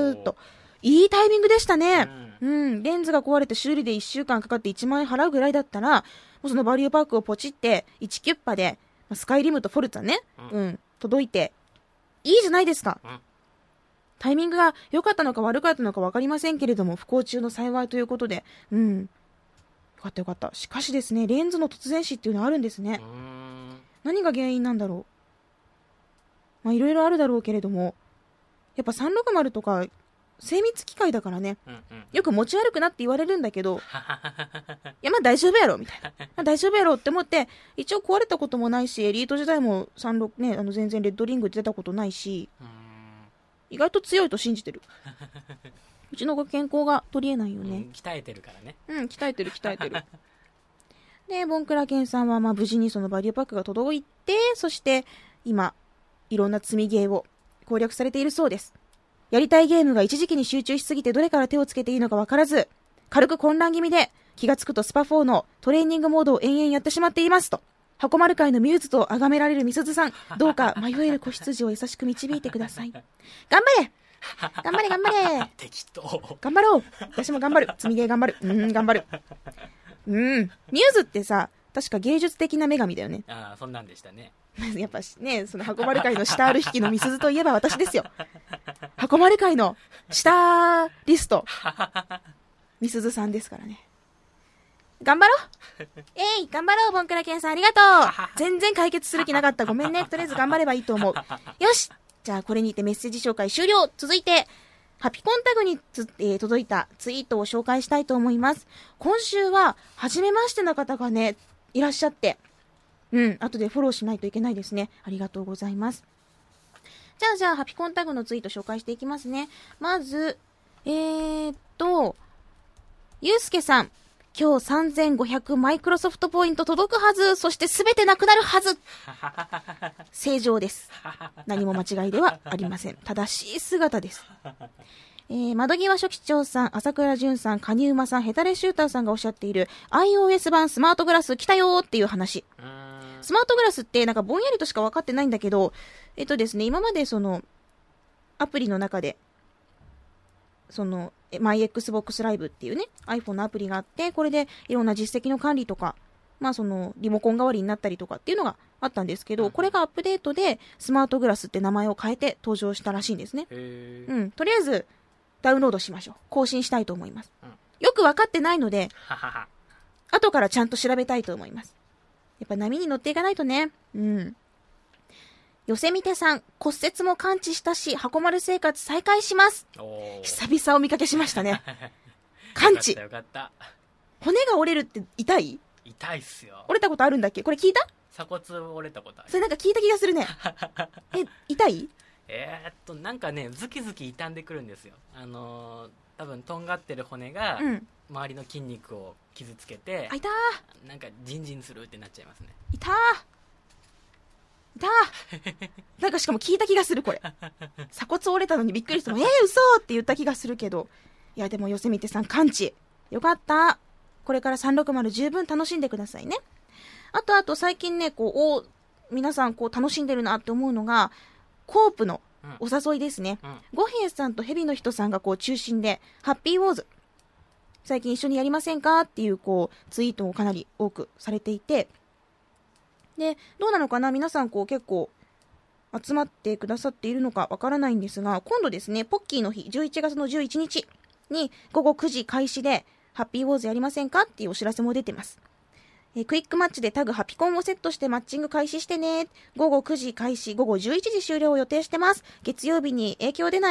A: と。いいタイミングでしたね。うん、うん。レンズが壊れて修理でいっしゅうかんかかっていちまんえん払うぐらいだったら、もうそのバリューパックをポチって、いちキュッパで、スカイリムとフォルツァね、うん、うん、届いて、いいじゃないですか。うん、タイミングが良かったのか悪かったのか分かりませんけれども、不幸中の幸いということで、うん。よかったよかった。しかしですね、レンズの突然死っていうのはあるんですね。何が原因なんだろう。まあ、いろいろあるだろうけれども、やっぱさんろくまるとか、精密機械だからね、うんうん、よく持ち歩くなって言われるんだけどいやまあ大丈夫やろみたいな、まあ、大丈夫やろって思って一応壊れたこともないしエリート時代もさんろく、ね、あの全然レッドリング出たことないし意外と強いと信じてるうちの子健康が取り柄ないよね、うん、
B: 鍛えてるからね
A: うん鍛えてる鍛えてるでボンクラケンさんはまあ無事にそのバリューパックが届いてそして今いろんな積みゲーを攻略されているそうです。やりたいゲームが一時期に集中しすぎてどれから手をつけていいのか分からず、軽く混乱気味で気がつくとスパフォーのトレーニングモードを延々やってしまっていますと。箱丸界のミューズと崇められるみすずさん、どうか迷える子羊を優しく導いてください。頑張れ頑張れ頑張れ
B: 適当
A: 頑張ろう私も頑張る積みゲー頑張るうん頑張るうんミューズってさ、確か芸術的な女神だよね。
B: ああ、そんなんでしたね。
A: やっぱね、その箱丸界のスタール引きのみすずといえば私ですよ。箱丸界のスターリストみすずさんですからね。頑張ろうえい頑張ろうボンクラケンさんありがとう全然解決する気なかったごめんね。とりあえず頑張ればいいと思う。よしじゃあこれにてメッセージ紹介終了。続いてハピコンタグにつ、えー、届いたツイートを紹介したいと思います。今週は初めましての方がねいらっしゃって、うん後でフォローしないといけないですね。ありがとうございます。じゃあじゃあハピコンタグのツイート紹介していきますね。まずえー、っとゆうすけさん、今日さんぜんごひゃくマイクロソフトポイント届くはず。そしてすべてなくなるはず。正常です。何も間違いではありません。正しい姿です。えー、窓際初期長さん、朝倉淳さん、カニウマさん、ヘタレシューターさんがおっしゃっている iOS 版スマートグラス来たよーっていう話。スマートグラスってなんかぼんやりとしか分かってないんだけど、えっとですね、今までそのアプリの中でそのマイ Xbox ライブっていうね iPhone のアプリがあって、これでいろんな実績の管理とか、まあそのリモコン代わりになったりとかっていうのがあったんですけど、これがアップデートでスマートグラスって名前を変えて登場したらしいんですね。
B: へ
A: うん、とりあえずダウンロードしましょう。更新したいと思います。うん、よく分かってないので後からちゃんと調べたいと思います。やっぱ波に乗っていかないとね。うん。よせみてさん、骨折も完治したし、箱丸生活再開します。久々お見かけしましたね。完治。
B: よかった。よかった。
A: 骨が折れるって痛い？
B: 痛いっすよ。
A: 折れたことあるんだっけ？これ聞いた？
B: 鎖骨折れたことある。
A: それなんか聞いた気がするね。え、痛い？
B: えーっと、なんかね、ズキズキ傷んでくるんですよ。あのー、多分とんがってる骨が、うん、周りの筋肉を傷つけて、
A: あ、痛
B: ー。なんかジンジンするってなっちゃいますね。
A: 痛ー。痛ー。なんかしかも聞いた気がするこれ。鎖骨折れたのにびっくりしても、えー、嘘って言った気がするけど、いやでもよせみてさん完治。よかった。これからさんろくまる十分楽しんでくださいね。あとあと最近ね、こう、お皆さんこう楽しんでるなって思うのが、コープのお誘いですね。うん、五平さんと蛇の人さんがこう中心で、ハッピーウォーズ。最近一緒にやりませんかっていうこうツイートをかなり多くされていて、でどうなのかな、皆さんこう結構集まってくださっているのかわからないんですが、今度ですねポッキーの日じゅういちがつのじゅういちにちにごごくじ開始でハッピーウォーズやりませんかっていうお知らせも出てます。えクイックマッチでタグハピコンをセットしてマッチング開始してね。ごごくじ開始、ごごじゅういちじ終了を予定してます。月曜日に影響出ない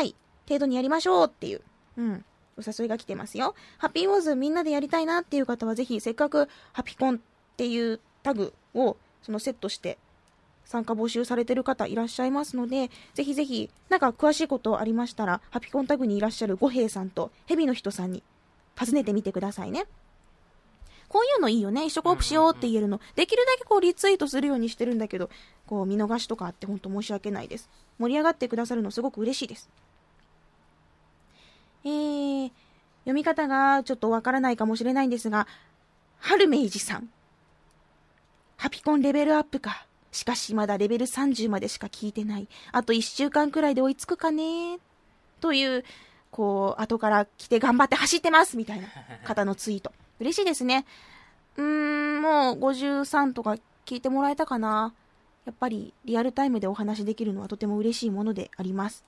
A: 程度にやりましょうっていう、うん、お誘いが来てますよ。ハッピーウォーズみんなでやりたいなっていう方はぜひ、せっかくハピコンっていうタグをそのセットして参加募集されてる方いらっしゃいますので、ぜひぜひなんか詳しいことありましたら、ハピコンタグにいらっしゃる五平さんとヘビの人さんに尋ねてみてくださいね。こういうのいいよね。一緒コープしようって言えるの。できるだけこうリツイートするようにしてるんだけど、こう見逃しとかあって本当申し訳ないです。盛り上がってくださるのすごく嬉しいです。えー、読み方がちょっとわからないかもしれないんですが、春明治さん。ハピコンレベルアップか。しかしまだレベルさんじゅうまでしか聞いてない。あといっしゅうかんくらいで追いつくかね。という、こう、後から来て頑張って走ってますみたいな方のツイート。嬉しいですね。うーん、もうごじゅうさんとか聞いてもらえたかな。やっぱりリアルタイムでお話できるのはとても嬉しいものであります。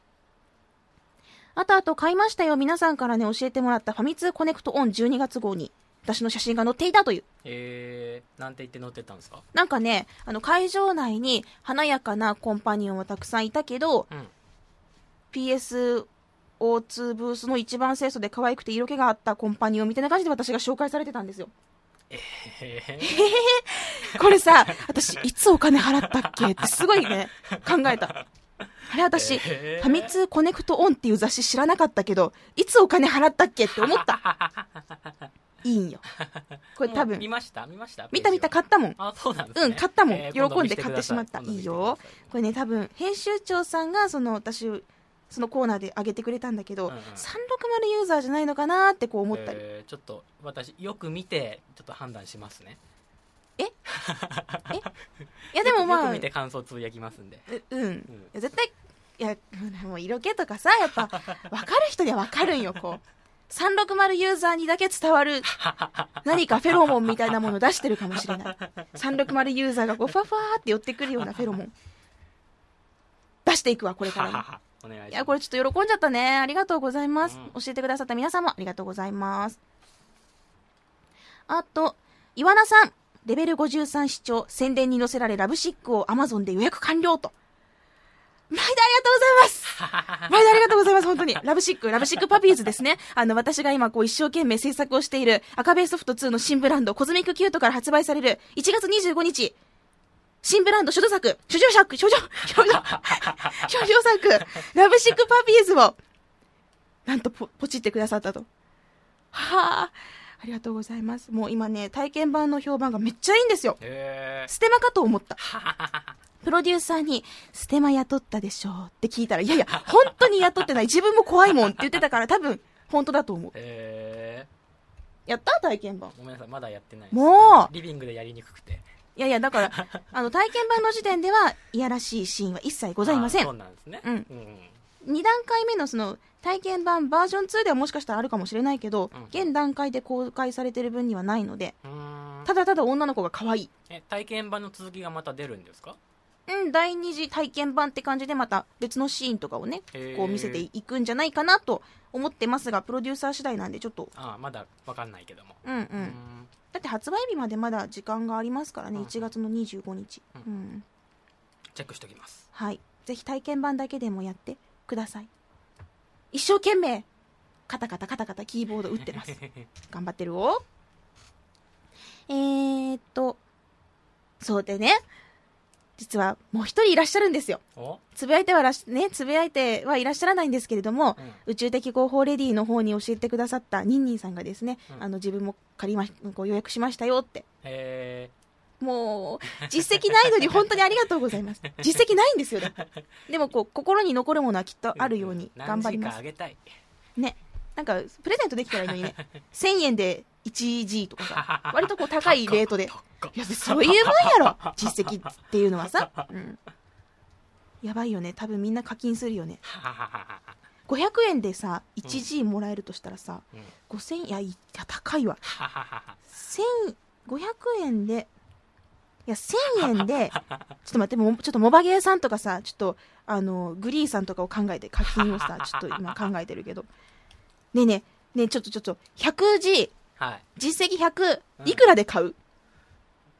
A: あとあと買いましたよ。皆さんからね、教えてもらったファミ通コネクトオンじゅうにがつ号に私の写真が載っていたという。
B: えー、なんて言って載ってたんですか？
A: なんかね、あの会場内に華やかなコンパニオンはたくさんいたけど、うん、ピーエスオーツー ブースの一番清楚で可愛くて色気があったコンパニオンみたいな感じで私が紹介されてたんですよ。えー、これさ、私いつお金払ったっけってすごいね考えた。あれ私、えー、ファミ通コネクトオンっていう雑誌知らなかったけど、いつお金払ったっけって思った。いいんよ。これ多分
B: 見ました見ました
A: 見た見た買ったもん。
B: あ、そうなんですね。
A: うん、買ったもん。
B: えー、
A: 喜んで買ってしまった。いいよ。これね、多分編集長さんがその私そのコーナーで上げてくれたんだけど、うんうん、さんろくまるユーザーじゃないのかなってこう思ったり、
B: えー、ちょっと私よく見てちょっと判断しますね。
A: ええいやでもまあ
B: よく見て感想つぶやきますんで。
A: う、うん、うん、絶対いやもう色気とかさ、やっぱ分かる人には分かるんよ。こうさんろくまるユーザーにだけ伝わる何かフェロモンみたいなものを出してるかもしれない。さんろくまるユーザーがこうファファーって寄ってくるようなフェロモン出していくわ、これから。
B: お願いします。
A: いや、これちょっと喜んじゃったね。ありがとうございます、うん、教えてくださった皆さんもありがとうございます。あと岩名さん、レベルごじゅうさん視聴、宣伝に載せられラブシックを Amazon で予約完了と。毎度ありがとうございます毎度ありがとうございます。本当にラブシックラブシックパピーズですね。あの私が今こう一生懸命制作をしている赤ベーソフトツーの新ブランドコズミックキュートから発売されるいちがつにじゅうごにち新ブランド初動作初動作初動初動初動作ラブシックパピーズをなんと ポ, ポチってくださったと。はあ、ありがとうございます。もう今ね、体験版の評判がめっちゃいいんですよ。ステマかと思ったプロデューサーにステマ雇ったでしょって聞いたら、いやいや本当に雇ってない、自分も怖いもんって言ってたから、多分本当だと思う。
B: へ
A: ー、やった体験版。
B: ごめんなさい、まだやってないです。
A: もう
B: リビングでやりにくくて。
A: いやいや、だからあの体験版の時点ではいやらしいシーンは一切ございません。
B: そうなんですね。
A: うん、うん、に段階目のその体験版バージョンツーではもしかしたらあるかもしれないけど、うん、現段階で公開されてる分にはないので、うーん、ただただ女の子が可愛い。
B: え、体験版の続きがまた出るんですか？
A: うん、第二次体験版って感じでまた別のシーンとかをね、こう見せていくんじゃないかなと思ってますが、プロデューサー次第なんでちょっと、
B: ああ、まだ分かんないけども、
A: うんうん、うん、だって発売日までまだ時間がありますからね、うん、いちがつのにじゅうごにち、うんうん、
B: チェックしておきます。
A: はい、ぜひ体験版だけでもやってください。一生懸命カタカタカタカタキーボード打ってます頑張ってるお。えーっとそうでね、実はもう一人いらっしゃるんですよ。つぶやいてはらし、ね、つぶやいてはいらっしゃらないんですけれども、うん、宇宙的合法レディの方に教えてくださったニンニンさんがですね、うん、あの自分も借りまこう予約しましたよって。
B: へ
A: ー、もう実績ないのに本当にありがとうございます実績ないんですよ。でもこう心に残るものはきっとあるように頑張ります。
B: 何時かあげたい
A: ね、なんかプレゼントできたらいいのにねせんえんで いちジー とかさ、割とこう高いレートで、いやそういうもんやろ実績っていうのはさ、うん、やばいよね。多分みんな課金するよねごひゃくえんでさ いちジー もらえるとしたらさ、うん、ごせんえん、いやいや高いわせんごひゃくえんで、いやせんえんでちょっと待って、もちょっとモバゲーさんとかさ、ちょっとあのグリーさんとかを考えて課金をさちょっと今考えてるけどねえねえねえ、ちょっとちょっと ひゃくジー、はい、実績ひゃく、いくらで買う？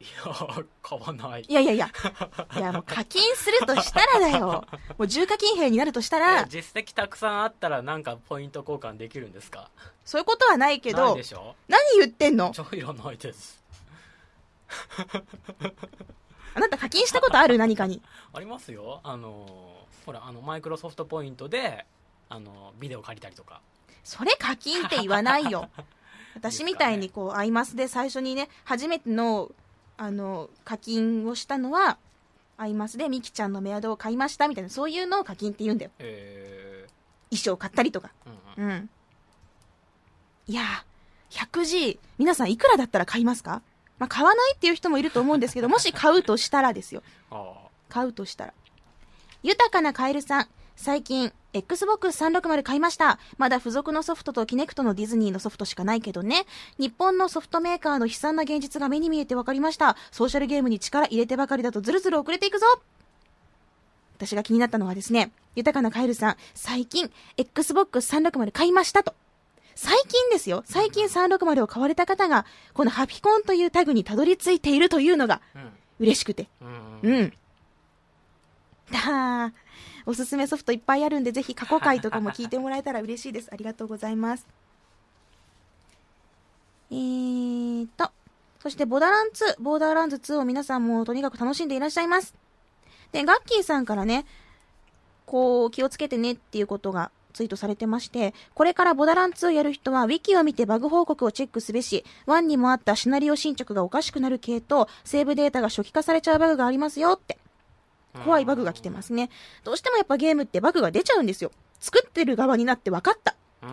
B: や買わない。
A: いやいやいやいやもう課金するとしたらだよもう重課金兵になるとしたら
B: 実績たくさんあったらなんかポイント交換できるんですか？
A: そういうことはないけど。
B: ないでしょ。
A: 何言ってんの。
B: ちょいらないです
A: あなた課金したことある？何かに。
B: ありますよ。あのほらあのマイクロソフトポイントであのビデオ借りたりとか。
A: それ課金って言わないよ私みたいにこうアイマスで最初にね初めてのあの課金をしたのはアイマスでミキちゃんのメアドを買いましたみたいな、そういうのを課金って言うんだよ。
B: え
A: ー、衣装買ったりとか。うん、うんうん、いやー ひゃくジー 皆さんいくらだったら買いますか？まあ、買わないっていう人もいると思うんですけど、もし買うとしたらですよ。買うとしたら。豊かなカエルさん、最近 エックスボックスさんびゃくろくじゅう 買いました。まだ付属のソフトとキネクトのディズニーのソフトしかないけどね。日本のソフトメーカーの悲惨な現実が目に見えて分かりました。ソーシャルゲームに力入れてばかりだとずるずる遅れていくぞ。私が気になったのはですね、豊かなカエルさん、最近 エックスボックスさんびゃくろくじゅう 買いましたと。最近ですよ。最近さんびゃくろくじゅうを買われた方がこのハピコンというタグにたどり着いているというのが嬉しくて、うん、うん、だおすすめソフトいっぱいあるんで、ぜひ過去回とかも聞いてもらえたら嬉しいです。ありがとうございます。えーとそしてボーダーランツーボーダーランズツーを皆さんもとにかく楽しんでいらっしゃいます。でガッキーさんからね、こう気をつけてねっていうことがツイートされてまして、これからボダランツーやる人はウィキを見てバグ報告をチェックすべし、ワンにもあったシナリオ進捗がおかしくなる系とセーブデータが初期化されちゃうバグがありますよって。怖いバグが来てますね。どうしてもやっぱゲームってバグが出ちゃうんですよ。作ってる側になって分かった。うん。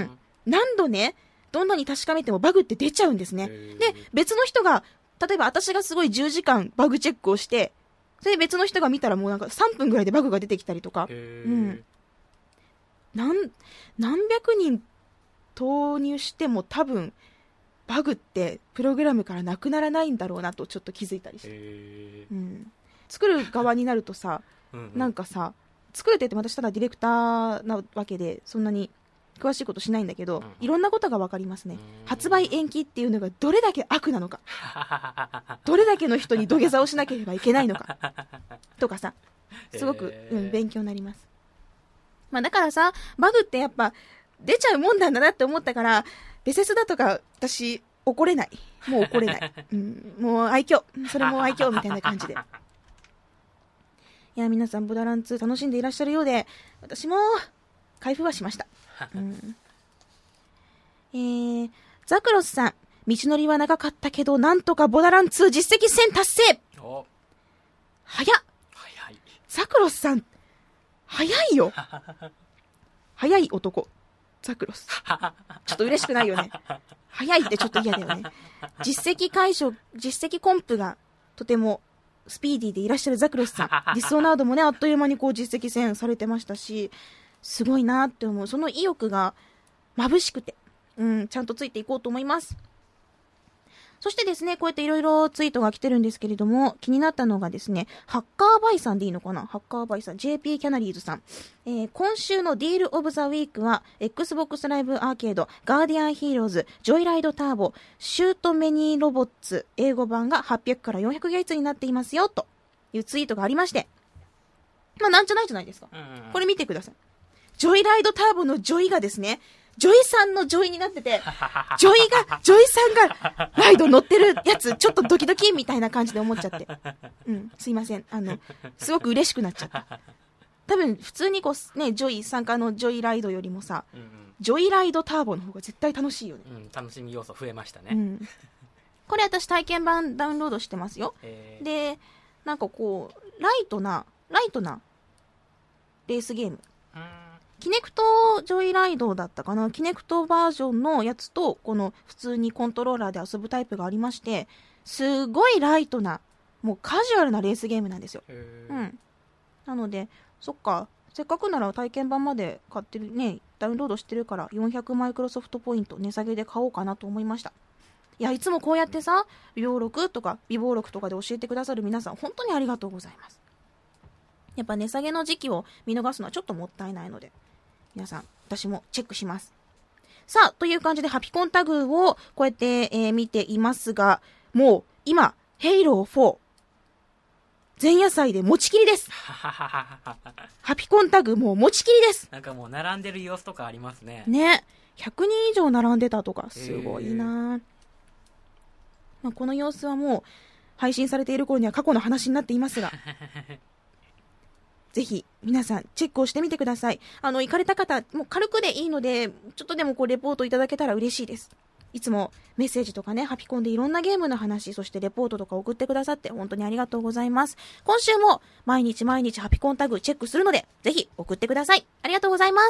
A: 何度ね、どんなに確かめてもバグって出ちゃうんですね。で、別の人が、例えば私がすごいじゅうじかんバグチェックをして、それで別の人が見たらもうなんかさんぷんぐらいでバグが出てきたりとか。うん。何、何百人投入しても多分バグってプログラムからなくならないんだろうなとちょっと気づいたりして、うん、作る側になるとさうん、うん、なんかさ作るって言っても私ただディレクターなわけでそんなに詳しいことしないんだけど、うん、いろんなことが分かりますね。発売延期っていうのがどれだけ悪なのかどれだけの人に土下座をしなければいけないのかとかさすごく、うん、勉強になります。まあ、だからさバグってやっぱ出ちゃうもんなんだなって思ったから、ベセスだとか私怒れない、もう怒れない、うん、もう愛嬌、それも愛嬌みたいな感じで。いや皆さんボダランツー楽しんでいらっしゃるようで、私も開封はしました、うん、えー、ザクロスさん、道のりは長かったけどなんとかボダランツー実績せん達成。早っ、
B: 早い。
A: ザクロスさん早いよ早い男ザクロス、ちょっと嬉しくないよね。早いってちょっと嫌だよね。実績解消、実績コンプがとてもスピーディーでいらっしゃるザクロスさん、ディスオナードもねあっという間にこう実績戦されてましたし、すごいなって思う。その意欲が眩しくて、うん、ちゃんとついていこうと思います。そしてですね、こうやっていろいろツイートが来てるんですけれども、気になったのがですね、ハッカーバイさんでいいのかな、ハッカーバイさん、ジェーピー キャナリーズさん、えー、今週のディールオブザウィークは Xbox ライブアーケード、ガーディアンヒーローズ、ジョイライドターボ、シュートメニーロボッツ英語版がはっぴゃくからよんひゃくゲイツになっていますよというツイートがありまして、まあなんじゃないじゃないですか。これ見てください。ジョイライドターボのジョイがですね、ジョイさんのジョイになってて、ジョイが、ジョイさんがライド乗ってるやつ、ちょっとドキドキみたいな感じで思っちゃって。うん、すいません。あの、すごく嬉しくなっちゃった。多分、普通にこう、ね、ジョイ、参加のジョイライドよりもさ、うんうん、ジョイライドターボの方が絶対楽しいよね。
B: うん、楽しみ要素増えましたね。
A: うん、これ私体験版ダウンロードしてますよ。で、なんかこう、ライトな、ライトなレースゲーム。キネクトジョイライドだったかな、キネクトバージョンのやつとこの普通にコントローラーで遊ぶタイプがありまして、すごいライトなもうカジュアルなレースゲームなんですよ。うん、なのでそっか、せっかくなら体験版まで買ってるね、ダウンロードしてるからよんひゃくマイクロソフトポイント値下げで買おうかなと思いました。いや、いつもこうやってさ、美貌録とか美貌録とかで教えてくださる皆さん本当にありがとうございます。やっぱ値下げの時期を見逃すのはちょっともったいないので、皆さん私もチェックします。さあ、という感じでハピコンタグをこうやって、えー、見ていますが、もう今ヘイローフォー前夜祭で持ちきりです。ハピコンタグもう持ちきりです。
B: なんかもう並んでる様子とかありますね。
A: ね、ひゃくにん以上並んでたとか、すごいな、まあ、この様子はもう配信されている頃には過去の話になっていますがぜひ皆さんチェックをしてみてください。あの行かれた方もう軽くでいいのでちょっとでもこうレポートいただけたら嬉しいです。いつもメッセージとかね、ハピコンでいろんなゲームの話、そしてレポートとか送ってくださって本当にありがとうございます。今週も毎日毎日ハピコンタグチェックするのでぜひ送ってください。ありがとうございます。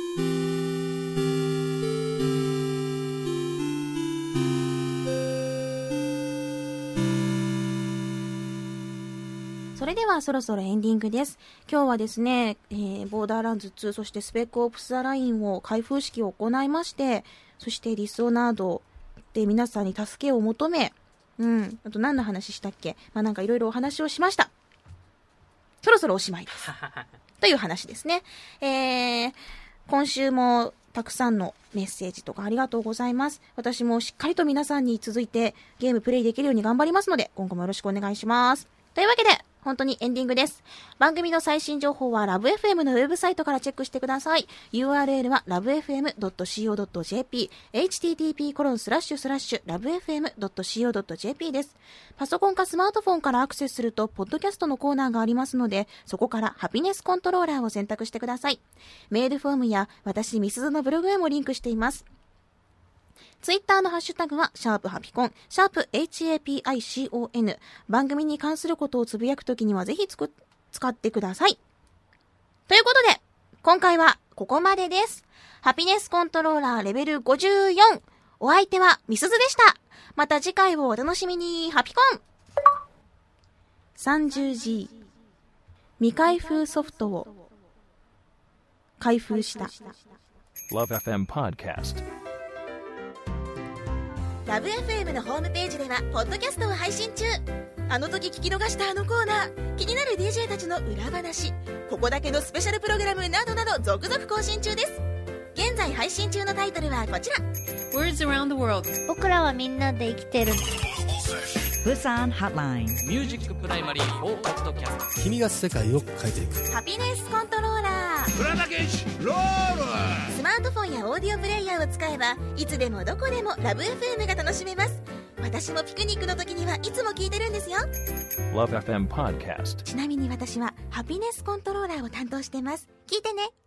A: それではそろそろエンディングです。今日はですね、えー、ボーダーランズツー、そしてスペックオプスザラインを開封式を行いまして、そしてディスオナードで皆さんに助けを求め、うん、あと何の話したっけ、まあなんかいろいろお話をしました。そろそろおしまいですという話ですね。えー、今週もたくさんのメッセージとかありがとうございます。私もしっかりと皆さんに続いてゲームプレイできるように頑張りますので、今後もよろしくお願いします。というわけで本当にエンディングです。番組の最新情報はラブエフエム のウェブサイトからチェックしてください。ユーアールエル は ラブエフエムドットシーオードットジェーピー、エイチティーティーピーコロンスラッシュスラッシュラブエフエムドットシーオードットジェーピー です。パソコンかスマートフォンからアクセスすると、ポッドキャストのコーナーがありますので、そこからハピネスコントローラーを選択してください。メールフォームや私、ミスズのブログへもリンクしています。ツイッターのハッシュタグは、シャープハピコン、シャープ エイチエーピーアイシーオーエヌ。番組に関することをつぶやくときにはぜひつく使ってください。ということで、今回はここまでです。ハピネスコントローラーレベルごじゅうよん。お相手はミスズでした。また次回をお楽しみに。ハピコン さんじゅうジー 未開封ソフトを開封した。
C: ラブエフエム Podcast。
A: ラブ エフエム のホームページではポッドキャストを配信中。あの時聞き逃したあのコーナー、気になる ディージェー たちの裏話、ここだけのスペシャルプログラムなどなど続々更新中です。現在配信中のタイトルはこちら。
D: Words Around the World。
E: 僕らはみんなで生きてる。
F: ブサンハットライン。
B: ミュージックプライマリーフォーポッドキャスト。
G: 君が世界を変えていく。
A: ハピネスコントローラー。
G: 浦田健士ロール。
A: スマートフォンやオーディオプレイヤーを使えばいつでもどこでもラブ エフエム が楽しめます。私もピクニックの時にはいつも聞いてるんですよ。
C: ラブエフエム Podcast。
A: ちなみに私はハピネスコントローラーを担当してます。聞いてね。